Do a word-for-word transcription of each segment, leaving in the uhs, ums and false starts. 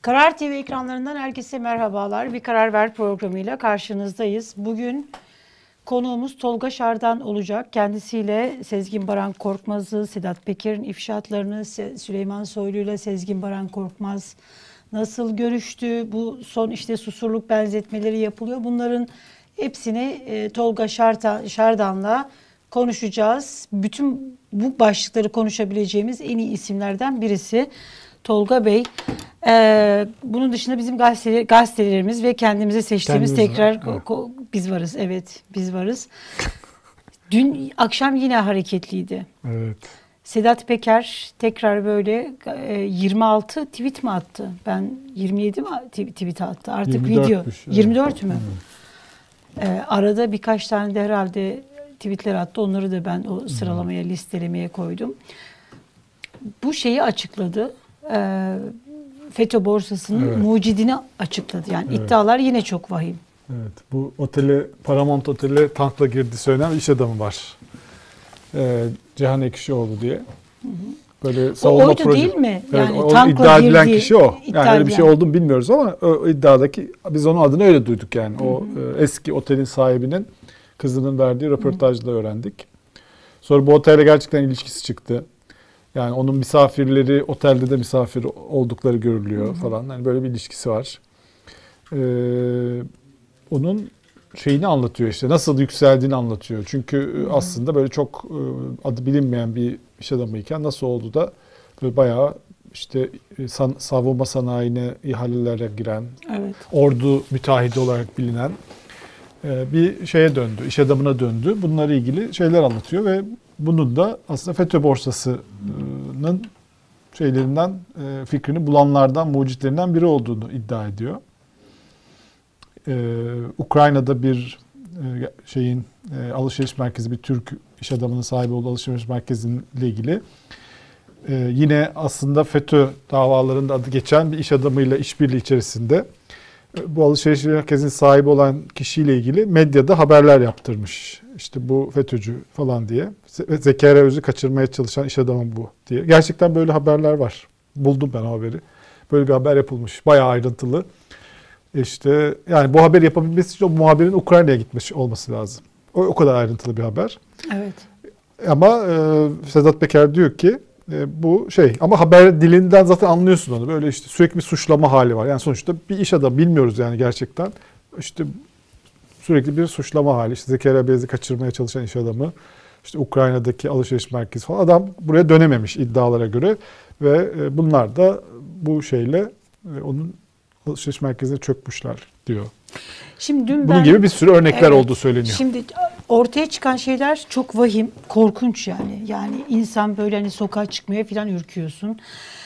Karar T V ekranlarından herkese merhabalar. Bir Karar Ver programıyla karşınızdayız. Bugün konuğumuz Tolga Şardan olacak. Kendisiyle Sezgin Baran Korkmaz'ı, Sedat Peker'in ifşaatlarını, Süleyman Soylu ile Sezgin Baran Korkmaz nasıl görüştü? Bu son işte Susurluk benzetmeleri yapılıyor. Bunların hepsini e, Tolga Şardan, Şardan'la konuşacağız. Bütün bu başlıkları konuşabileceğimiz en iyi isimlerden birisi Tolga Bey. Ee, bunun dışında bizim gazeteler, gazetelerimiz ve kendimize seçtiğimiz Kendimiz tekrar var, evet. biz varız. Evet, biz varız. Dün akşam yine hareketliydi. Evet. Sedat Peker tekrar böyle e, yirmi altı tweet mi attı? Ben yirmi yedi mi tweet attı? Artık video. Evet. yirmi dört mü? Evet. Ee, arada birkaç tane de herhalde tweetler attı. Onları da ben o sıralamaya, hmm. listelemeye koydum. Bu şeyi açıkladı. Ee, FETÖ borsasının evet. mucidini açıkladı. Yani evet. iddialar yine çok vahim. Evet. Bu otele, Paramount Otel'e tankla girdi söylenen iş adamı var. Ee, Cihan Ekşioğlu diye. Hı hı. Böyle savunma o oydu proje. değil mi? Evet, yani o tankla iddia edilen girdi, kişi o. Yani öyle bir şey edilen. olduğunu bilmiyoruz ama o iddiadaki biz onun adını öyle duyduk yani. Hı hı. O eski otelin sahibinin kızının verdiği röportajda öğrendik. Sonra bu otelle gerçekten ilişkisi çıktı. Yani onun misafirleri otelde de misafir oldukları görülüyor, hı hı. falan. Yani böyle bir ilişkisi var. Ee, onun şeyini anlatıyor işte. Nasıl yükseldiğini anlatıyor. Çünkü hı hı. aslında böyle çok adı bilinmeyen bir iş adamıyken nasıl oldu da böyle bayağı işte san, savunma sanayine ihalelere giren, evet. ordu müteahhidi olarak bilinen bir şeye döndü, iş adamına döndü. Bunlarla ilgili şeyler anlatıyor ve bunun da aslında FETÖ borsasının şeylerinden, fikrini bulanlardan, mucitlerinden biri olduğunu iddia ediyor. Ee, Ukrayna'da bir şeyin alışveriş merkezi, bir Türk iş adamının sahibi olduğu alışveriş merkeziyle ilgili ee, yine aslında FETÖ davalarında adı geçen bir iş adamıyla işbirliği içerisinde bu alışveriş merkezinin sahibi olan kişiyle ilgili medyada haberler yaptırmış. İşte bu FETÖ'cü falan diye. Zekeriya Öz'ü kaçırmaya çalışan iş adamı bu diye. Gerçekten böyle haberler var. Buldum ben haberi. Böyle bir haber yapılmış. Bayağı ayrıntılı. İşte yani bu haberi yapabilmesi için o muhabirin Ukrayna'ya gitmiş olması lazım. O, o kadar ayrıntılı bir haber. Evet. Ama e, Sedat Peker diyor ki e, bu şey ama haber dilinden zaten anlıyorsun onu. Böyle işte sürekli bir suçlama hali var. Yani sonuçta bir iş adamı bilmiyoruz yani gerçekten. İşte sürekli bir suçlama hali. İşte Zekeriya Beyaz'ı kaçırmaya çalışan iş adamı. İşte Ukrayna'daki alışveriş merkezi falan. Adam buraya dönememiş iddialara göre. Ve e, bunlar da bu şeyle e, onun alışveriş merkezine çökmüşler diyor. Şimdi dün Bunun ben, gibi bir sürü örnekler evet, olduğu söyleniyor. Şimdi ortaya çıkan şeyler çok vahim, korkunç yani. Yani insan böyle hani sokağa çıkmaya falan ürküyorsun.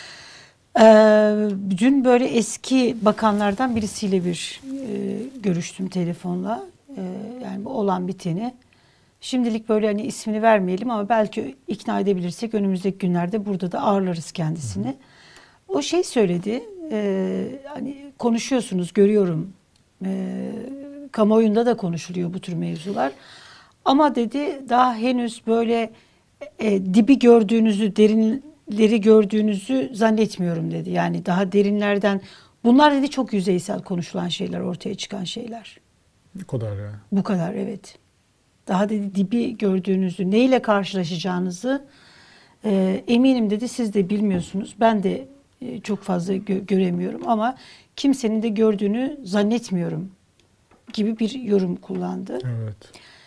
Ee, dün böyle eski bakanlardan birisiyle bir e, görüştüm telefonla. Ee, yani bu olan biteni. Şimdilik böyle hani ismini vermeyelim ama belki ikna edebilirsek önümüzdeki günlerde burada da ağırlarız kendisini. Hı. O şey söyledi. E, hani konuşuyorsunuz, görüyorum. E, kamuoyunda da konuşuluyor bu tür mevzular. Ama dedi daha henüz böyle e, dibi gördüğünüzü, derinleri gördüğünüzü zannetmiyorum dedi. Yani daha derinlerden bunlar dedi çok yüzeysel konuşulan şeyler, ortaya çıkan şeyler. Bu kadar ya. Bu kadar evet. Daha dedi dibi gördüğünüzü, neyle karşılaşacağınızı e, eminim dedi siz de bilmiyorsunuz. Ben de e, çok fazla gö- göremiyorum ama kimsenin de gördüğünü zannetmiyorum gibi bir yorum kullandı. Evet.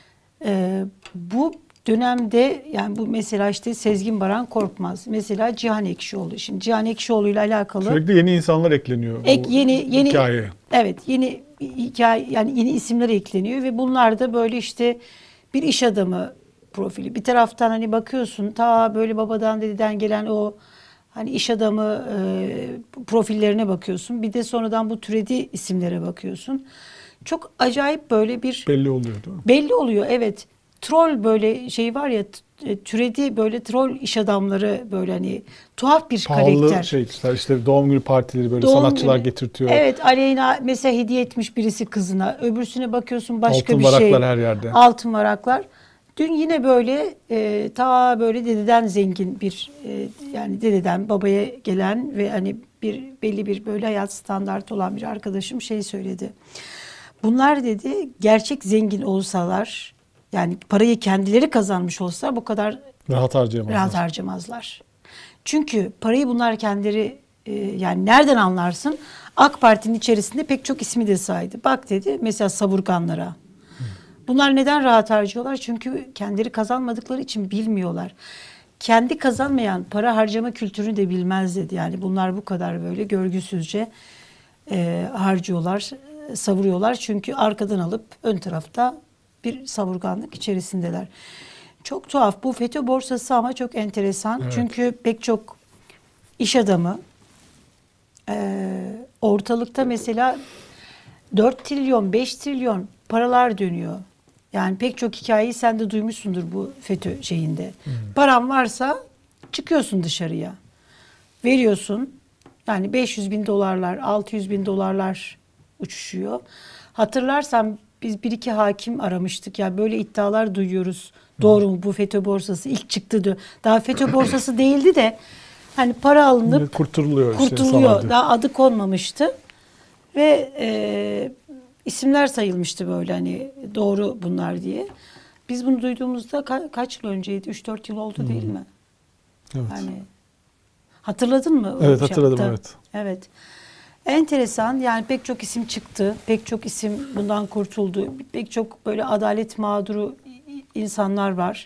E, bu dönemde yani bu mesela işte Sezgin Baran Korkmaz, mesela Cihan Ekşioğlu. Şimdi Cihan Ekşioğlu ile alakalı sürekli yeni insanlar ekleniyor ek, bu yeni yeni hikayeye. Evet, yeni hikaye yani yeni isimler ekleniyor ve bunlar da böyle işte bir iş adamı profili. Bir taraftan hani bakıyorsun ta böyle babadan dededen gelen o hani iş adamı e, profillerine bakıyorsun. Bir de sonradan bu türedi isimlere bakıyorsun. Çok acayip böyle bir belli oluyor değil mi? Belli oluyor evet. Troll böyle şey var ya türedi böyle troll iş adamları böyle hani tuhaf bir pahalı karakter. Pahalı şeyler işte doğum günü partileri böyle doğum sanatçılar günü getirtiyor. Evet Aleyna mesela hediye etmiş birisi kızına. Öbürsüne bakıyorsun başka altın bir şey. Altın varaklar her yerde. Altın varaklar. Dün yine böyle e, ta böyle dededen zengin bir e, yani dededen babaya gelen ve hani bir belli bir böyle hayat standartı olan bir arkadaşım şey söyledi. Bunlar dedi gerçek zengin olsalar, yani parayı kendileri kazanmış olsa bu kadar Rahat harcayamazlar. rahat harcamazlar. Çünkü parayı bunlar kendileri e, yani nereden anlarsın? AK Parti'nin içerisinde pek çok ismi de saydı. Bak dedi mesela savurganlara. Bunlar neden rahat harcıyorlar? Çünkü kendileri kazanmadıkları için bilmiyorlar. Kendi kazanmayan para harcama kültürünü de bilmez dedi. Yani bunlar bu kadar böyle görgüsüzce e, harcıyorlar, e, savuruyorlar. Çünkü arkadan alıp ön tarafta bir savurganlık içerisindeler. Çok tuhaf. Bu FETÖ borsası ama çok enteresan. Evet. Çünkü pek çok iş adamı e, ortalıkta mesela dört trilyon, beş trilyon paralar dönüyor. Yani pek çok hikayeyi sen de duymuşsundur bu FETÖ şeyinde. Hmm. Paran varsa çıkıyorsun dışarıya. Veriyorsun. Yani beş yüz bin dolarlar, altı yüz bin dolarlar uçuşuyor. Hatırlarsan biz bir iki hakim aramıştık. Ya böyle iddialar duyuyoruz. Doğru mu bu FETÖ borsası ilk çıktı diyor. Daha FETÖ borsası değildi de hani para alınıp kurtuluyor. kurtuluyor. Daha adı konmamıştı. Ve e, isimler sayılmıştı böyle hani doğru bunlar diye. Biz bunu duyduğumuzda ka- kaç yıl önceydi? üç dört yıl oldu hmm. değil mi? Evet. Yani hatırladın mı? Evet hatırladım çapta? evet. Evet. Enteresan yani pek çok isim çıktı. Pek çok isim bundan kurtuldu. Pek çok böyle adalet mağduru insanlar var.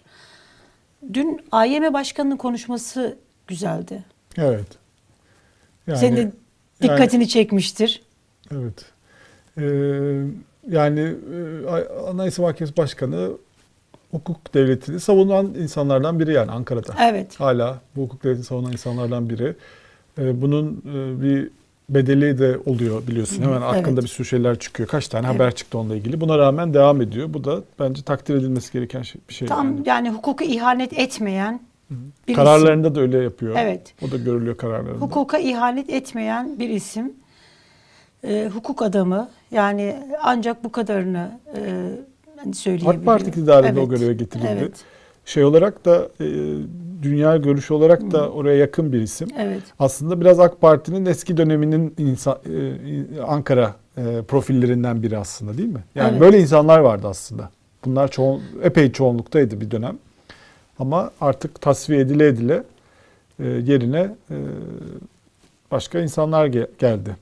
Dün A Y M Başkanı'nın konuşması güzeldi. Evet. Yani, senin de dikkatini yani, çekmiştir. Evet. Ee, yani e, Anayasa Mahkemesi Başkanı hukuk devletini savunan insanlardan biri yani Ankara'da. Evet. Hala bu hukuk devletini savunan insanlardan biri. Ee, bunun e, bir bedeli de oluyor biliyorsun. Hemen hakkında evet. bir sürü şeyler çıkıyor. Kaç tane evet. haber çıktı onunla ilgili. Buna rağmen devam ediyor. Bu da bence takdir edilmesi gereken şey, bir şey. Tam yani, yani hukuka ihanet etmeyen bir kararlarında isim. da öyle yapıyor. Evet. O da görülüyor kararlarında. Hukuka ihanet etmeyen bir isim. Ee, hukuk adamı. Yani ancak bu kadarını e, hani söyleyebiliyor. AK Parti iktidarında evet. o göreve getirildi. Evet. Şey olarak da e, dünya görüşü olarak da oraya yakın bir isim. Evet. Aslında biraz AK Parti'nin eski döneminin insan, e, Ankara e, profillerinden biri aslında değil mi? Yani evet. böyle insanlar vardı aslında. Bunlar çoğun, epey çoğunluktaydı bir dönem. Ama artık tasfiye edile edile e, yerine e, başka insanlar ge- geldi.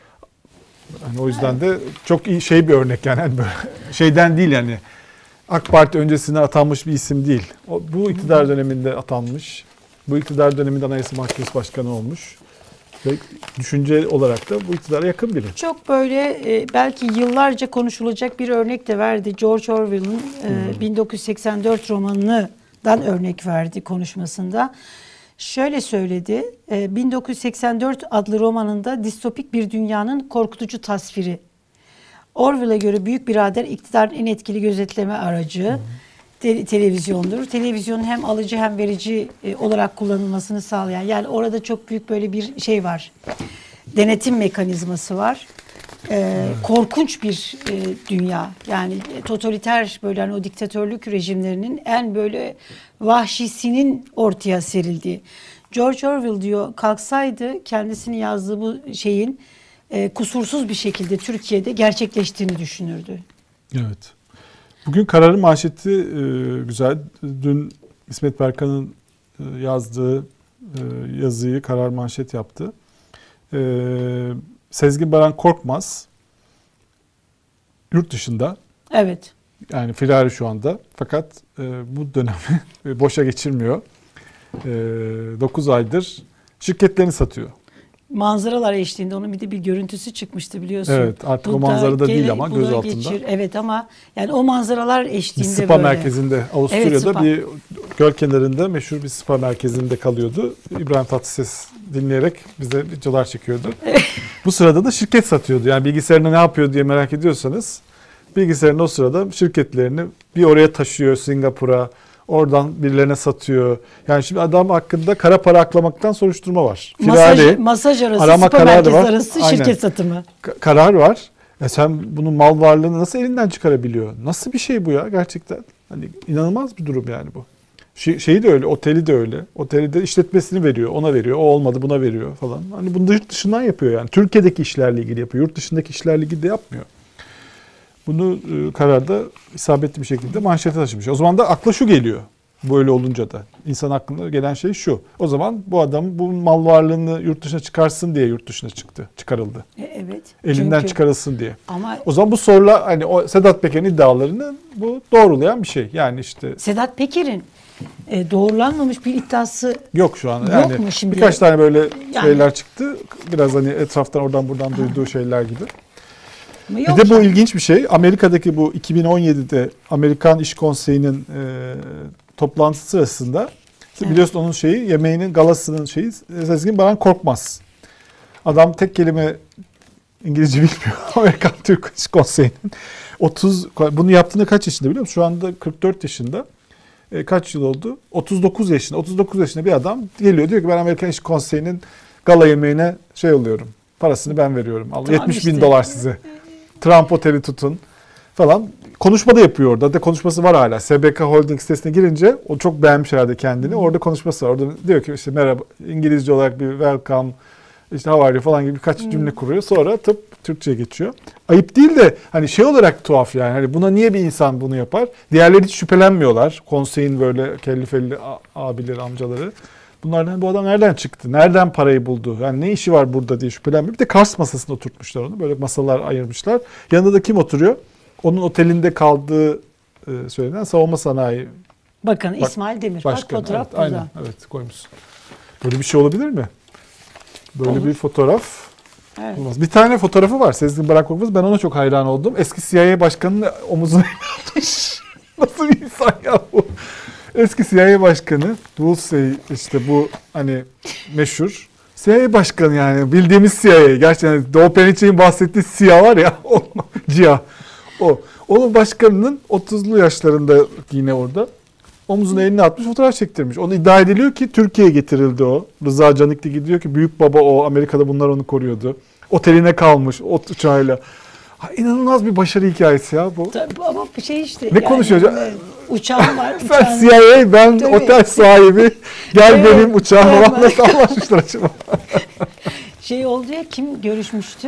Yani o yüzden evet. de çok iyi şey bir örnek yani. yani böyle şeyden değil yani. AK Parti öncesine atanmış bir isim değil. O, bu iktidar döneminde atanmış. Bu iktidar döneminde Anayasa Mahkemesi Başkanı olmuş. Ve düşünce olarak da bu iktidara yakın biri. Çok böyle e, belki yıllarca konuşulacak bir örnek de verdi. George Orwell'ın e, hmm. bin dokuz yüz seksen dört romanından örnek verdi konuşmasında. Şöyle söyledi. E, bin dokuz yüz seksen dört adlı romanında distopik bir dünyanın korkutucu tasviri. Orwell'a göre Büyük Birader iktidarın en etkili gözetleme aracı. Hmm. Te- televizyondur. Televizyonun hem alıcı hem verici e, olarak kullanılmasını sağlayan. Yani orada çok büyük böyle bir şey var. Denetim mekanizması var. E, evet. Korkunç bir e, dünya. Yani e, totaliter böyle hani o diktatörlük rejimlerinin en böyle vahşisinin ortaya serildiği. George Orwell diyor kalksaydı kendisini yazdığı bu şeyin e, kusursuz bir şekilde Türkiye'de gerçekleştiğini düşünürdü. Evet. Bugün kararın manşeti e, güzel. Dün İsmet Berkan'ın e, yazdığı e, yazıyı karar manşet yaptı. E, Sezgin Baran Korkmaz yurt dışında. Evet. Yani firari şu anda. Fakat e, bu dönemi boşa geçirmiyor. E, dokuz aydır şirketlerini satıyor. Manzaralar eşliğinde onun bir de bir görüntüsü çıkmıştı biliyorsun. Evet artık bu o manzarada gele, değil ama göz altında. Geçir. Evet ama yani o manzaralar eşliğinde bir spa böyle. merkezinde Avusturya'da evet, bir göl kenarında meşhur bir spa merkezinde kalıyordu. İbrahim Tatlıses dinleyerek bize videolar çekiyordu. Bu sırada da şirket satıyordu. Yani bilgisayarında ne yapıyor diye merak ediyorsanız bilgisayarında o sırada şirketlerini bir oraya taşıyor Singapur'a. Oradan birilerine satıyor. Yani şimdi adam hakkında kara para aklamaktan soruşturma var. Masaj, Firari, masaj arası, arama spa merkez arası şirket Aynen. satımı. Ka- karar var. E sen bunun mal varlığını nasıl elinden çıkarabiliyor? Nasıl bir şey bu ya gerçekten? Hani inanılmaz bir durum yani bu. Şey, şeyi de öyle, oteli de öyle. Oteli de işletmesini veriyor, ona veriyor. O olmadı buna veriyor falan. Hani bunu da yurt dışından yapıyor yani. Türkiye'deki işlerle ilgili yapıyor. Yurt dışındaki işlerle ilgili de yapmıyor. Bunu e, kararda isabetli bir şekilde manşete taşımış. O zaman da akla şu geliyor. Böyle olunca da. İnsan aklına gelen şey şu. O zaman bu adam bu mal varlığını yurt dışına çıkarsın diye yurt dışına çıktı. Çıkarıldı. E, evet. Elinden Çünkü, çıkarılsın diye. Ama O zaman bu sorular hani o Sedat Peker'in iddialarını bu doğrulayan bir şey. Yani işte Sedat Peker'in e, doğrulanmamış bir iddiası yok şu an. Yok Yani mu şimdi? birkaç tane böyle Yani- şeyler çıktı. Biraz hani etraftan oradan buradan duyduğu şeyler gibi. ama Bir yok de bu yani. ilginç bir şey. Amerika'daki bu iki bin on yedide Amerikan İş Konseyi'nin e, toplantısı sırasında Evet. biliyorsun onun şeyi yemeğinin galasının şeyi Sezgin Baran Korkmaz. Adam tek kelime İngilizce bilmiyor. Amerikan Türk İş Konseyi'nin otuz bunu yaptığında kaç yaşında biliyor musun? Şu anda kırk dört yaşında. E, kaç yıl oldu? otuz dokuz yaşında. otuz dokuz yaşında bir adam geliyor diyor ki ben Amerikan İş Konseyi'nin gala yemeğine şey oluyorum. Parasını ben veriyorum. Allah Tamam yetmiş bin işte. dolar size. Trump Oteli tutun falan. Konuşma da yapıyor orada. Da konuşması var hala. S B K Holding sitesine girince o çok beğenmiş herhalde kendini. Orada konuşması var. Orada diyor ki işte merhaba İngilizce olarak bir welcome işte how are you falan gibi birkaç cümle kuruyor. Sonra tıp Türkçe'ye geçiyor. Ayıp değil de hani şey olarak tuhaf yani. Hani buna niye bir insan bunu yapar? Diğerleri hiç şüphelenmiyorlar. Konseyin böyle kelli felli abileri, amcaları. Bunlardan bu adam nereden çıktı? Nereden parayı buldu? Yani ne işi var burada diye şüphelenmiyor. Bir de Kars masasına oturtmuşlar onu. Böyle masalar ayırmışlar. Yanında da kim oturuyor? Onun otelinde kaldığı e, söylenen savunma sanayi Bakın Bak- İsmail Demir. Bak başkanı. fotoğraf Evet, burada. aynen, evet koymuşsun. Böyle bir şey olabilir mi? Böyle Olur. bir fotoğraf Evet. olmaz. Bir tane fotoğrafı var Sezgin Baran Korkmaz. Ben ona çok hayran oldum. Eski C I A başkanının omuzuna atmış. Nasıl bir insan ya bu? Eski C I A başkanı Woolsey işte bu hani meşhur C I A başkanı yani bildiğimiz C I A. Gerçekten Doğu Perinçek'in bahsettiği C I A var ya o C I A. O. Onun başkanının otuzlu yaşlarında yine orada omzuna elini atmış fotoğraf çektirmiş. Onu iddia ediliyor ki Türkiye'ye getirildi o. Rıza Canikli gidiyor ki büyük baba o. Amerika'da bunlar onu koruyordu. Oteline kalmış ot uçağıyla. Ha, inanılmaz bir başarı hikayesi ya bu. Tabii ama bir şey işte. Ne konuşuyor hocam? evet, Uçağım var. Sen uçağım- C I A ben Tabii. otel sahibi gel Evet. benim uçağım Evet. falan nasıl anlaşmışlar acaba? Şey oldu ya kim görüşmüştü?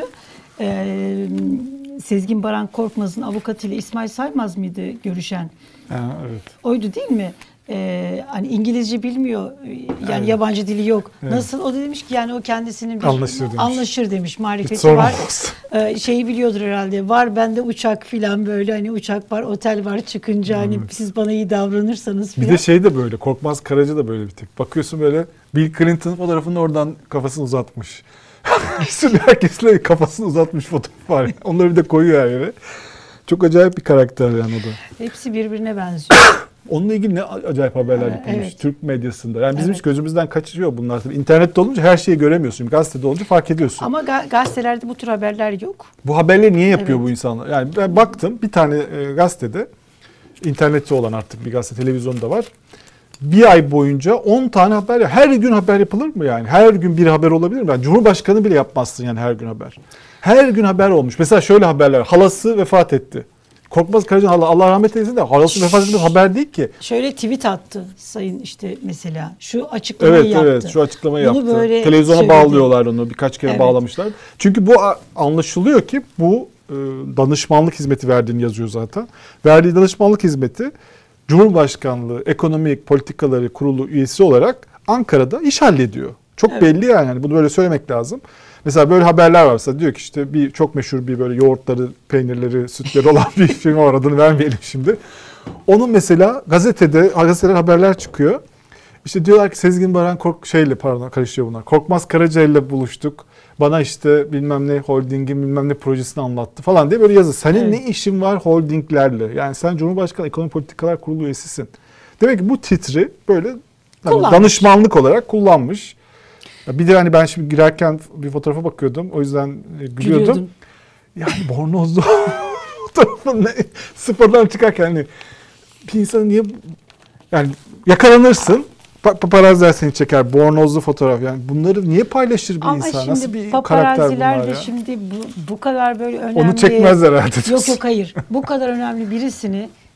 Ee, Sezgin Baran Korkmaz'ın avukatıyla İsmail Saymaz mıydı görüşen? Ha, evet. Oydu değil mi? Ee, hani İngilizce bilmiyor, yani Evet. yabancı dili yok. Evet. Nasıl? O da demiş ki yani o kendisinin bir Anlaşır demiş. anlaşır demiş, Hiç marifeti sorun var. olmaz. Ee, şeyi biliyordur herhalde. Var bende uçak filan böyle hani uçak var, otel var çıkınca hani siz bana iyi davranırsanız Bir filan. de şey de böyle Korkmaz Karaca da böyle bir tip. Bakıyorsun böyle Bill Clinton fotoğrafını oradan kafasını uzatmış. Sürü herkesle kafasını uzatmış fotoğraf var. Onları bir de koyuyor her yere. Çok acayip bir karakter yani o da. Hepsi birbirine benziyor. Onunla ilgili ne acayip haberler Evet, yapılmış evet. Türk medyasında. Yani bizim Evet. hiç gözümüzden kaçırıyor bunlar tabii. İnternette olunca her şeyi göremiyorsun. Gazetede olunca fark ediyorsun. Ama ga- gazetelerde bu tür haberler yok. Bu haberleri niye yapıyor Evet. bu insanlar? Yani ben baktım bir tane e, gazetede, internette olan artık bir gazete, televizyonda var. Bir ay boyunca on tane haber ya. Her gün haber yapılır mı yani? Her gün bir haber olabilir mi? Yani Cumhurbaşkanı bile yapmazsın yani her gün haber. Her gün haber olmuş. Mesela şöyle haberler. Halası vefat etti. Korkmaz Karaca'nın Allah, Allah rahmet eylesin de halası vefat etmesi haber değil ki. Şöyle tweet attı sayın işte mesela. Şu açıklamayı Evet yaptı. evet şu açıklamayı Bunu yaptı. böyle Televizyona söyledi. bağlıyorlar onu. Birkaç kere Evet. bağlamışlar. Çünkü bu a- anlaşılıyor ki bu e, danışmanlık hizmeti verdiğini yazıyor zaten. Verdiği danışmanlık hizmeti Cumhurbaşkanlığı Ekonomik Politikaları Kurulu üyesi olarak Ankara'da iş hallediyor. Çok Evet. belli yani. Yani bunu böyle söylemek lazım. Mesela böyle haberler varsa diyor ki işte bir çok meşhur bir böyle yoğurtları, peynirleri, sütleri olan bir firma var, adını vermeyelim şimdi. Onun mesela gazetede, gazeteler haberler çıkıyor. İşte diyorlar ki Sezgin Baran Kork şeyle pardon karışıyor bunlar. Korkmaz Karaca ile buluştuk. Bana işte bilmem ne holdingin bilmem ne projesini anlattı falan diye böyle yazı. Senin Evet. ne işin var holdinglerle? Yani sen Cumhurbaşkanı Ekonomi Politikalar Kurulu üyesisin. Demek ki bu titri böyle hani Kullanmış. danışmanlık olarak kullanmış. Ya bir de hani ben şimdi girerken bir fotoğrafa bakıyordum. O yüzden e, gülüyordum. Gülüyordum. Yani bornozlu fotoğrafın ne? Sıfırdan çıkarken hani bir insanın niye yani yakalanırsın pa- paparazziler seni çeker bornozlu fotoğraf yani bunları niye paylaşır bir Ama insan? şimdi Nasıl bir karakter paparazziler bunlar de ya? şimdi bu, bu kadar böyle önemli. Onu çekmezler herhalde. Yok yok hayır. Bu kadar önemli birisini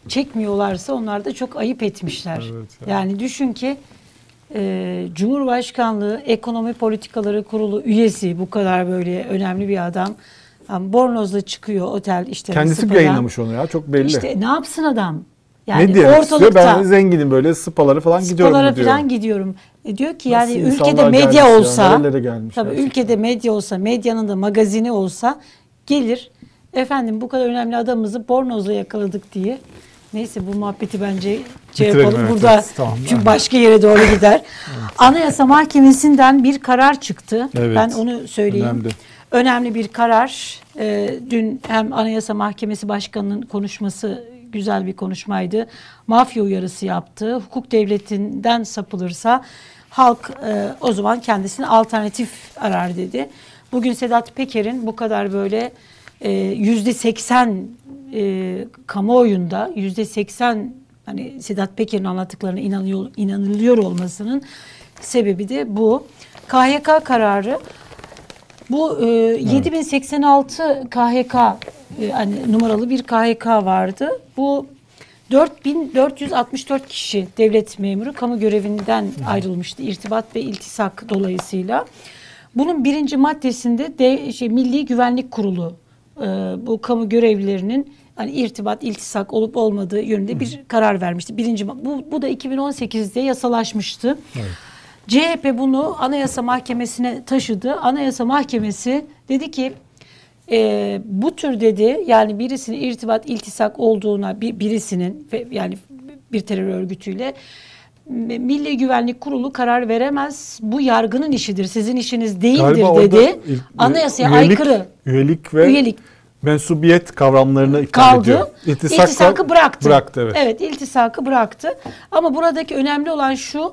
çekmiyorlarsa onlar da çok ayıp etmişler. Evet, yani. yani düşün ki e, Cumhurbaşkanlığı Ekonomi Politikaları Kurulu üyesi, bu kadar böyle önemli bir adam. Yani bornozla çıkıyor otel işte. Kendisi spadan. yayınlamış onu ya, çok belli. İşte ne yapsın adam? Yani ne diyelim ortalıkta. istiyor? Ben zenginim, böyle spalara falan gidiyorum Spalara diyor. falan gidiyorum. E diyor ki Nasıl yani insanlar ülkede medya gelmiş olsa, ya, nerelere gelmiş tabii gerçekten. ülkede medya olsa, medyanın da magazini olsa gelir. Efendim bu kadar önemli adamımızı bornozla yakaladık diye. Neyse bu muhabbeti bence şey Bitirelim, yapalım. evet, Burada evet, tamam. çünkü başka yere doğru gider. Evet. Anayasa Mahkemesi'nden bir karar çıktı. Evet, ben onu söyleyeyim. önemli. Önemli bir karar. Ee, dün hem Anayasa Mahkemesi Başkanı'nın konuşması güzel bir konuşmaydı. Mafya uyarısı yaptı. Hukuk devletinden sapılırsa halk e, o zaman kendisine alternatif arar dedi. Bugün Sedat Peker'in bu kadar böyle yüzde seksen kamuoyunda yüzde seksen hani Sedat Peker'in anlattıklarına inanıyor, inanılıyor olmasının sebebi de bu. K H K kararı bu e, yedi bin seksen altı K H K e, hani numaralı bir K H K vardı. Bu dört bin dört yüz altmış dört kişi devlet memuru kamu görevinden ayrılmıştı irtibat ve iltisak dolayısıyla. Bunun birinci maddesinde de şey, Milli Güvenlik Kurulu e, bu kamu görevlilerinin hani irtibat, iltisak olup olmadığı yönünde bir karar vermişti. Birinci bu, bu da iki bin on sekizde yasalaşmıştı. Evet. C H P bunu Anayasa Mahkemesi'ne taşıdı. Anayasa Mahkemesi dedi ki e, bu tür dedi yani birisinin irtibat, iltisak olduğuna bir, birisinin yani bir terör örgütüyle Milli Güvenlik Kurulu karar veremez. Bu yargının işidir. Sizin işiniz değildir dedi. Ilk, Anayasaya üyelik, aykırı. Üyelik ve üyelik. mensubiyet kavramlarını iptal kaldı. ediyor. İltisakla iltisakı bıraktı. Bıraktı evet. Evet, iltisakı bıraktı. Ama buradaki önemli olan şu.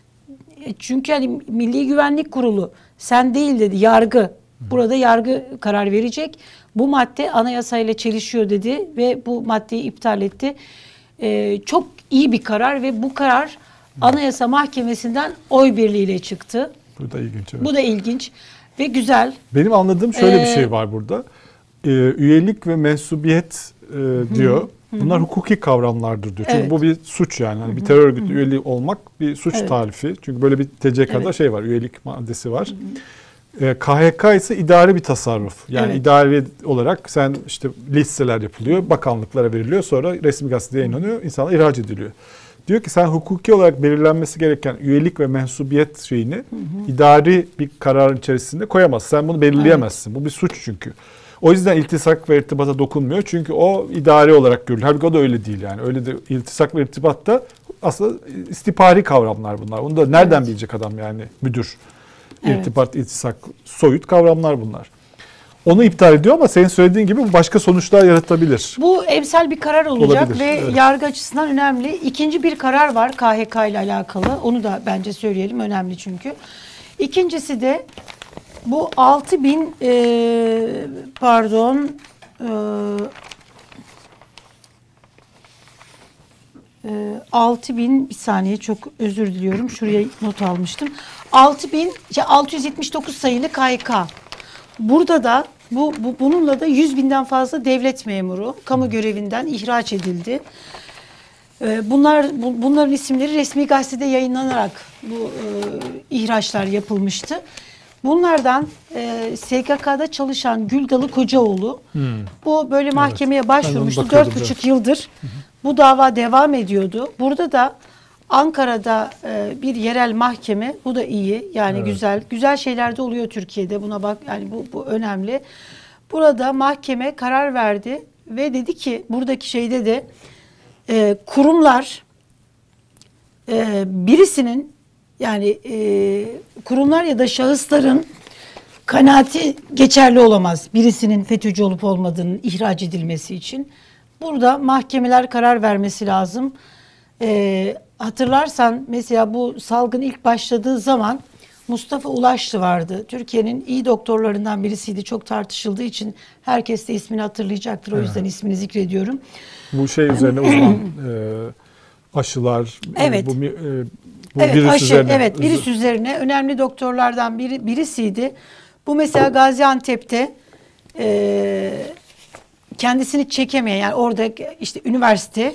Çünkü hani Milli Güvenlik Kurulu sen değil dedi. Yargı. Burada yargı karar verecek. Bu madde anayasayla çelişiyor dedi ve bu maddeyi iptal etti. Ee, çok iyi bir karar ve bu karar Anayasa Mahkemesi'nden oy birliğiyle çıktı. Bu da ilginç. Evet. Bu da ilginç ve güzel. Benim anladığım şöyle ee, bir şey var burada. Ee, üyelik ve mensubiyet e, diyor. Hı-hı. Bunlar hukuki kavramlardır diyor. Çünkü evet. bu bir suç yani. yani bir terör örgütü Hı-hı. üyeliği olmak bir suç evet. tarifi. Çünkü böyle bir T C K'da evet. şey var, üyelik maddesi var. Ee, K H K ise idari bir tasarruf. Yani evet. idari olarak sen işte listeler yapılıyor, bakanlıklara veriliyor, sonra resmi gazetede yayınlanıyor, insanlar ihraç ediliyor. Diyor ki sen hukuki olarak belirlenmesi gereken üyelik ve mensubiyet şeyini hı hı. idari bir kararın içerisinde koyamazsın. Sen bunu belirleyemezsin. Evet. Bu bir suç çünkü. O yüzden iltisak ve irtibata dokunmuyor. Çünkü o idari olarak görülür. Halbuki o da öyle değil yani. Öyle de iltisak ve irtibat da aslında istihbari kavramlar bunlar. Onu da nereden evet. bilecek adam yani müdür? Evet. İrtibat, iltisak, soyut kavramlar bunlar. Onu iptal ediyor ama senin söylediğin gibi bu başka sonuçlar yaratabilir. Bu emsal bir karar olacak Olabilir, ve evet. yargı açısından önemli. İkinci bir karar var K H K ile alakalı. Onu da bence söyleyelim. Önemli çünkü. İkincisi de bu altı bin e, pardon e, e, altı bin bir saniye çok özür diliyorum. Şuraya not almıştım. altı bin altı yüz yetmiş dokuz sayılı K H K. Burada da bu, bu bununla da yüz binden fazla devlet memuru kamu görevinden ihraç edildi. Ee, bunlar bu, bunların isimleri resmi gazetede yayınlanarak bu e, ihraçlar yapılmıştı. Bunlardan e, S G K'da çalışan Güldalı Kocaoğlu hmm. bu böyle mahkemeye evet. başvurmuştu. Dört buçuk yıldır hı hı. bu dava devam ediyordu. Burada da Ankara'da e, bir yerel mahkeme, bu da iyi yani evet. güzel güzel şeyler de oluyor Türkiye'de, buna bak yani bu, bu önemli. Burada mahkeme karar verdi ve dedi ki buradaki şeyde de e, kurumlar e, birisinin yani e, kurumlar ya da şahısların kanaati geçerli olamaz birisinin FETÖ'cü olup olmadığının ihraç edilmesi için. Burada mahkemeler karar vermesi lazım. E, hatırlarsan mesela bu salgın ilk başladığı zaman Mustafa Ulaşlı vardı. Türkiye'nin iyi doktorlarından birisiydi. Çok tartışıldığı için herkes de ismini hatırlayacaktır. O yüzden evet. ismini zikrediyorum. Bu şey üzerine uzman e, aşılar, evet. bu, e, bu evet, virüs aşı, üzerine. Evet, virüs üzerine önemli doktorlardan biri, birisiydi. Bu mesela Gaziantep'te e, kendisini çekemeyen, yani orada işte üniversite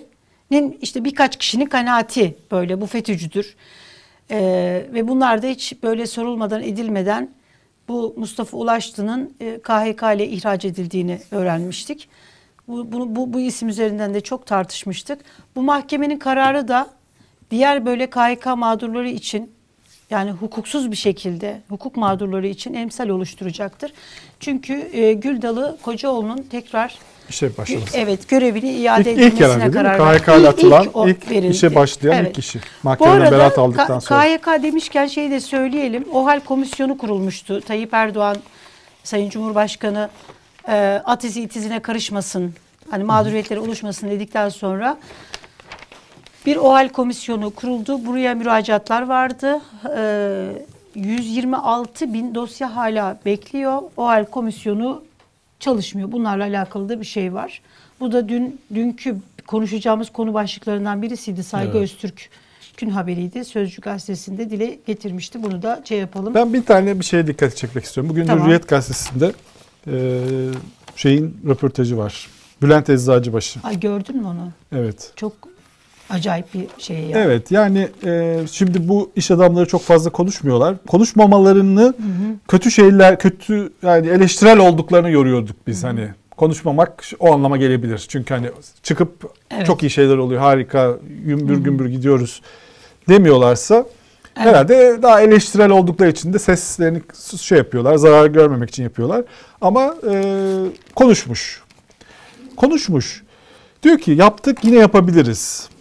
işte birkaç kişinin kanaati böyle bu FETÖ'cüdür. Ee, ve bunlar da hiç böyle sorulmadan edilmeden bu Mustafa Ulaştı'nın e, K H K ile ihraç edildiğini öğrenmiştik. Bu, bunu, bu, bu isim üzerinden de çok tartışmıştık. Bu mahkemenin kararı da diğer böyle K H K mağdurları için, yani hukuksuz bir şekilde hukuk mağdurları için emsal oluşturacaktır. Çünkü e, Güldalı Kocaoğlu'nun tekrar İşe başlaması. evet, görevini iade İlk, edilmesine ilk herhalde değil mi? karar K H K'yle atılan İlk, ilk, ilk, ilk işe başlayan evet. ilk kişi. Bu Mahkemeden arada beraat aldıktan sonra. K H K demişken şeyi de söyleyelim. OHAL komisyonu kurulmuştu. Tayyip Erdoğan, Sayın Cumhurbaşkanı e, at izi it izine karışmasın, hani mağduriyetleri oluşmasın dedikten sonra bir OHAL komisyonu kuruldu. Buraya müracaatlar vardı. E, yüz yirmi altı bin dosya hala bekliyor. OHAL komisyonu çalışmıyor. Bunlarla alakalı da bir şey var. Bu da dün dünkü konuşacağımız konu başlıklarından birisiydi. Saygı Evet. Öztürk'ün haberiydi. Sözcü gazetesinde dile getirmişti. Bunu da şey yapalım. Ben bir tane bir şeye dikkat çekmek istiyorum. Bugün Tamam. Hürriyet gazetesinde e, şeyin röportajı var. Bülent Eczacıbaşı. Ay, gördün mü onu? Evet. Çok acayip bir şey ya. Evet, yani e, şimdi bu iş adamları çok fazla konuşmuyorlar. Konuşmamalarını hı hı. kötü şeyler, kötü yani eleştirel olduklarını yoruyorduk biz, hı hı. hani. Konuşmamak o anlama gelebilir. Çünkü hani çıkıp evet. çok iyi şeyler oluyor, harika, gümbür hı hı. gümbür gidiyoruz demiyorlarsa evet. herhalde daha eleştirel oldukları için de seslerini şey yapıyorlar, zarar görmemek için yapıyorlar. Ama e, konuşmuş. Konuşmuş. Diyor ki yaptık, yine yapabiliriz.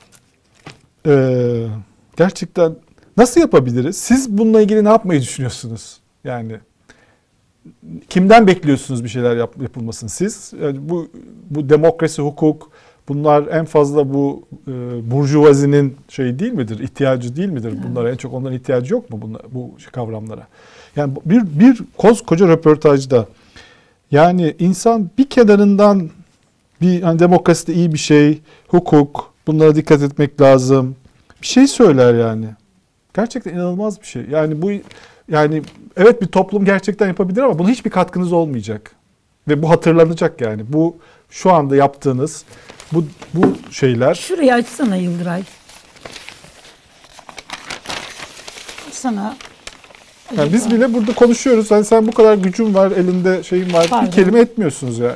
Ee, gerçekten nasıl yapabiliriz? Siz bununla ilgili ne yapmayı düşünüyorsunuz? Yani kimden bekliyorsunuz bir şeyler yap, yapılmasını siz? Yani bu bu demokrasi, hukuk, bunlar en fazla bu e, burjuvazinin şey değil midir? İhtiyacı değil midir? Bunlara evet. en çok onların ihtiyacı yok mu bunlar, bu kavramlara? Yani bir bir koskoca röportajda yani insan bir kenarından bir hani demokrasi de iyi bir şey, hukuk, bunlara dikkat etmek lazım. Bir şey söyler yani. Gerçekten inanılmaz bir şey. Yani bu yani evet bir toplum gerçekten yapabilir ama buna hiçbir katkınız olmayacak. Ve bu hatırlanacak yani. Bu şu anda yaptığınız bu bu şeyler. Şurayı açsana Yıldıray. Sana yani biz bile burada konuşuyoruz. Hani sen bu kadar gücün var, elinde şeyin var. Pardon. Bir kelime etmiyorsunuz yani.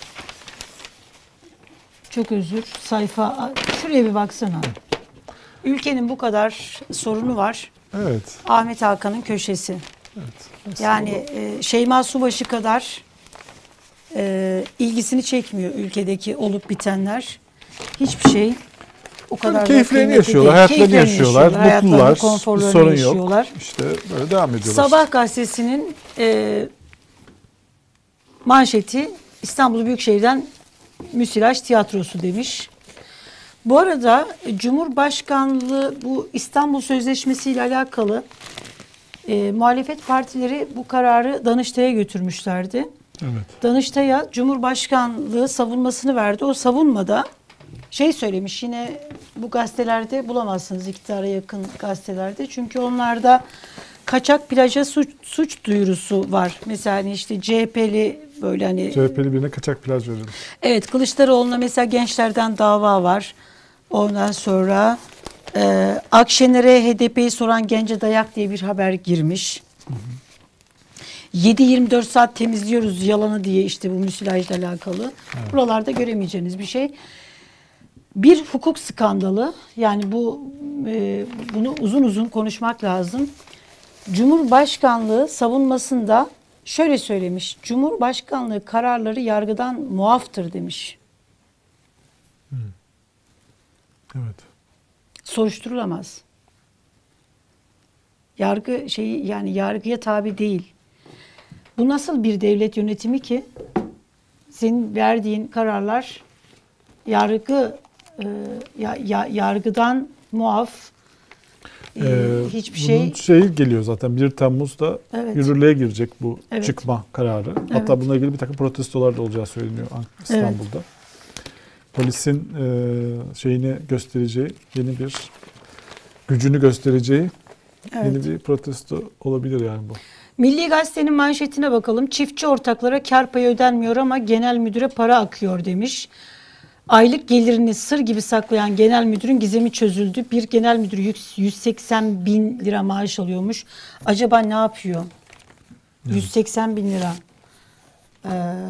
Çok özür. Sayfa. Şuraya bir baksana. Ülkenin bu kadar sorunu var. Evet. Ahmet Hakan'ın köşesi. Evet. Yani e, Şeyma Subaşı kadar e, ilgisini çekmiyor ülkedeki olup bitenler. Hiçbir şey o kadar yani keyiflerini yaşıyorlar, değil. hayatlarını yaşıyorlar, mutlular, bir sorun yaşıyorlar. yok. İşte böyle devam ediyorlar. Sabah gazetesinin e, manşeti İstanbul Büyükşehir'den müsilaj tiyatrosu demiş. Bu arada Cumhurbaşkanlığı bu İstanbul Sözleşmesi ile alakalı e, muhalefet partileri bu kararı Danıştay'a götürmüşlerdi. Evet. Danıştay'a Cumhurbaşkanlığı savunmasını verdi. O savunmada şey söylemiş, yine bu gazetelerde bulamazsınız, iktidara yakın gazetelerde. Çünkü onlarda kaçak plaja suç, suç duyurusu var. Mesela hani işte C H P'li böyle hani... C H P'li birine kaçak plaj verildi. Evet, Kılıçdaroğlu'na mesela gençlerden dava var. Ondan sonra e, Akşener'e H D P'yi soran gence dayak diye bir haber girmiş. Hı hı. yedi yirmi dört saat temizliyoruz yalanı diye işte bu müsilajla alakalı. Evet. Buralarda göremeyeceğiniz bir şey. Bir hukuk skandalı, yani bu e, bunu uzun uzun konuşmak lazım. Cumhurbaşkanlığı savunmasında şöyle söylemiş. Cumhurbaşkanlığı kararları yargıdan muaftır demiş. Hı. Evet. Soruşturulamaz. Yargı şeyi, yani yargıya tabi değil. Bu nasıl bir devlet yönetimi ki senin verdiğin kararlar yargı e, ya, ya, yargıdan muaf, e, ee, hiçbir şey. Bunun şeyi geliyor zaten bir Temmuz'da evet. yürürlüğe girecek bu evet. çıkma kararı. Evet. Hatta bununla ilgili bir takım protestolar da olacağı söyleniyor İstanbul'da. Evet. Polisin e, şeyini göstereceği, yeni bir gücünü göstereceği evet. yeni bir protesto olabilir yani bu. Milli Gazete'nin manşetine bakalım. Çiftçi ortaklara kar payı ödenmiyor ama genel müdüre para akıyor demiş. Aylık gelirini sır gibi saklayan genel müdürün gizemi çözüldü. Bir genel müdür yüz seksen bin lira maaş alıyormuş. Acaba ne yapıyor? Evet. yüz seksen bin lira. Ee,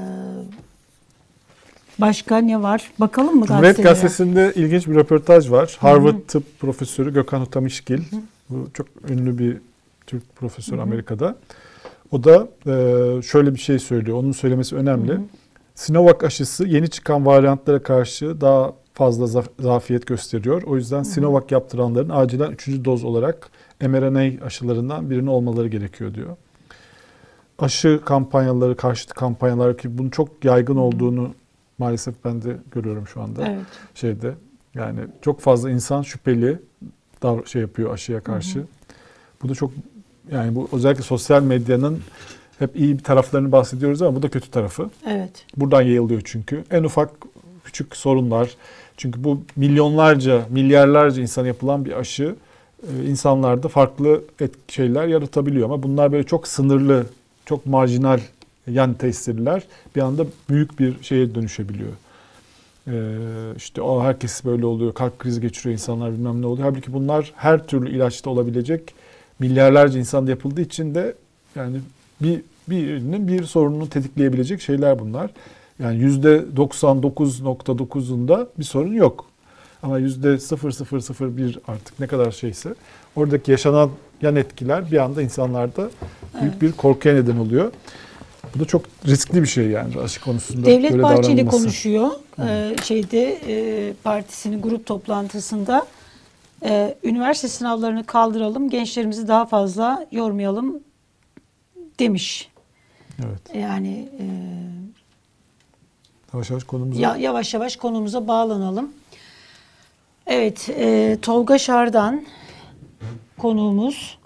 başka ne var? Bakalım mı Cumhuriyet gazetelere? Gazetesi'nde ilginç bir röportaj var. Harvard Hı-hı. Tıp Profesörü Gökhan Utamişgil. Hı-hı. Bu çok ünlü bir Türk profesör Hı-hı. Amerika'da. O da e, şöyle bir şey söylüyor. Onun söylemesi önemli. Hı-hı. Sinovac aşısı yeni çıkan varyantlara karşı daha fazla zaf- zafiyet gösteriyor. O yüzden Hı-hı. Sinovac yaptıranların acilen üçüncü doz olarak M R N A aşılarından birini olmaları gerekiyor diyor. Aşı kampanyaları, karşıtı kampanyalar ki bunun çok yaygın Hı-hı. olduğunu maalesef ben de görüyorum şu anda. Evet. Şeyde yani çok fazla insan şüpheli dav- şey yapıyor aşıya karşı. Hı-hı. Bu da çok yani bu özellikle sosyal medyanın hep iyi bir taraflarını bahsediyoruz ama bu da kötü tarafı. Evet. Buradan yayılıyor çünkü. En ufak küçük sorunlar. Çünkü bu milyonlarca, milyarlarca insana yapılan bir aşı insanlarda farklı et şeyler yaratabiliyor ama bunlar böyle çok sınırlı, çok marjinal yan tesirler bir anda büyük bir şeye dönüşebiliyor. Ee, işte o herkes böyle oluyor, kalp krizi geçiriyor insanlar bilmem ne oluyor. Halbuki bunlar her türlü ilaçta olabilecek milyarlarca insanda yapıldığı için de yani bir birinin bir sorununu tetikleyebilecek şeyler bunlar. Yani yüzde doksan dokuz nokta dokuzunda bir sorun yok. Ama yüzde sıfır virgül sıfır sıfır bir artık ne kadar şeyse oradaki yaşanan yan etkiler bir anda insanlarda büyük evet. bir korkuya neden oluyor. Bu da çok riskli bir şey yani aşı konusunda. Devlet Bahçeli konuşuyor ee, şeyde e, partisinin grup toplantısında. Ee, üniversite sınavlarını kaldıralım, gençlerimizi daha fazla yormayalım demiş. Evet. Yani e, yavaş yavaş konumuza ya, yavaş yavaş konumuza bağlanalım. Evet, e, Tolga Şardan konuğumuz.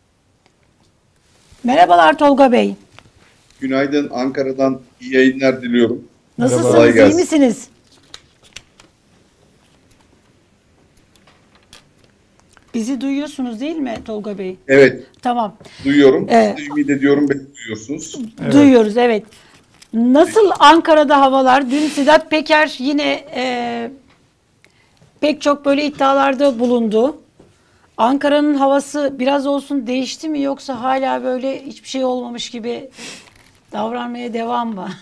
Merhabalar Tolga Bey. Günaydın, Ankara'dan iyi yayınlar diliyorum. Nasılsınız, iyi misiniz? Bizi duyuyorsunuz değil mi Tolga Bey? Evet. Tamam. Duyuyorum. Ee, Siz de ümit ediyorum beni duyuyorsunuz. Evet. Duyuyoruz evet. Nasıl Ankara'da havalar? Dün Sedat Peker yine e, pek çok böyle iddialarda bulundu. Ankara'nın havası biraz olsun değişti mi yoksa hala böyle hiçbir şey olmamış gibi davranmaya devam mı?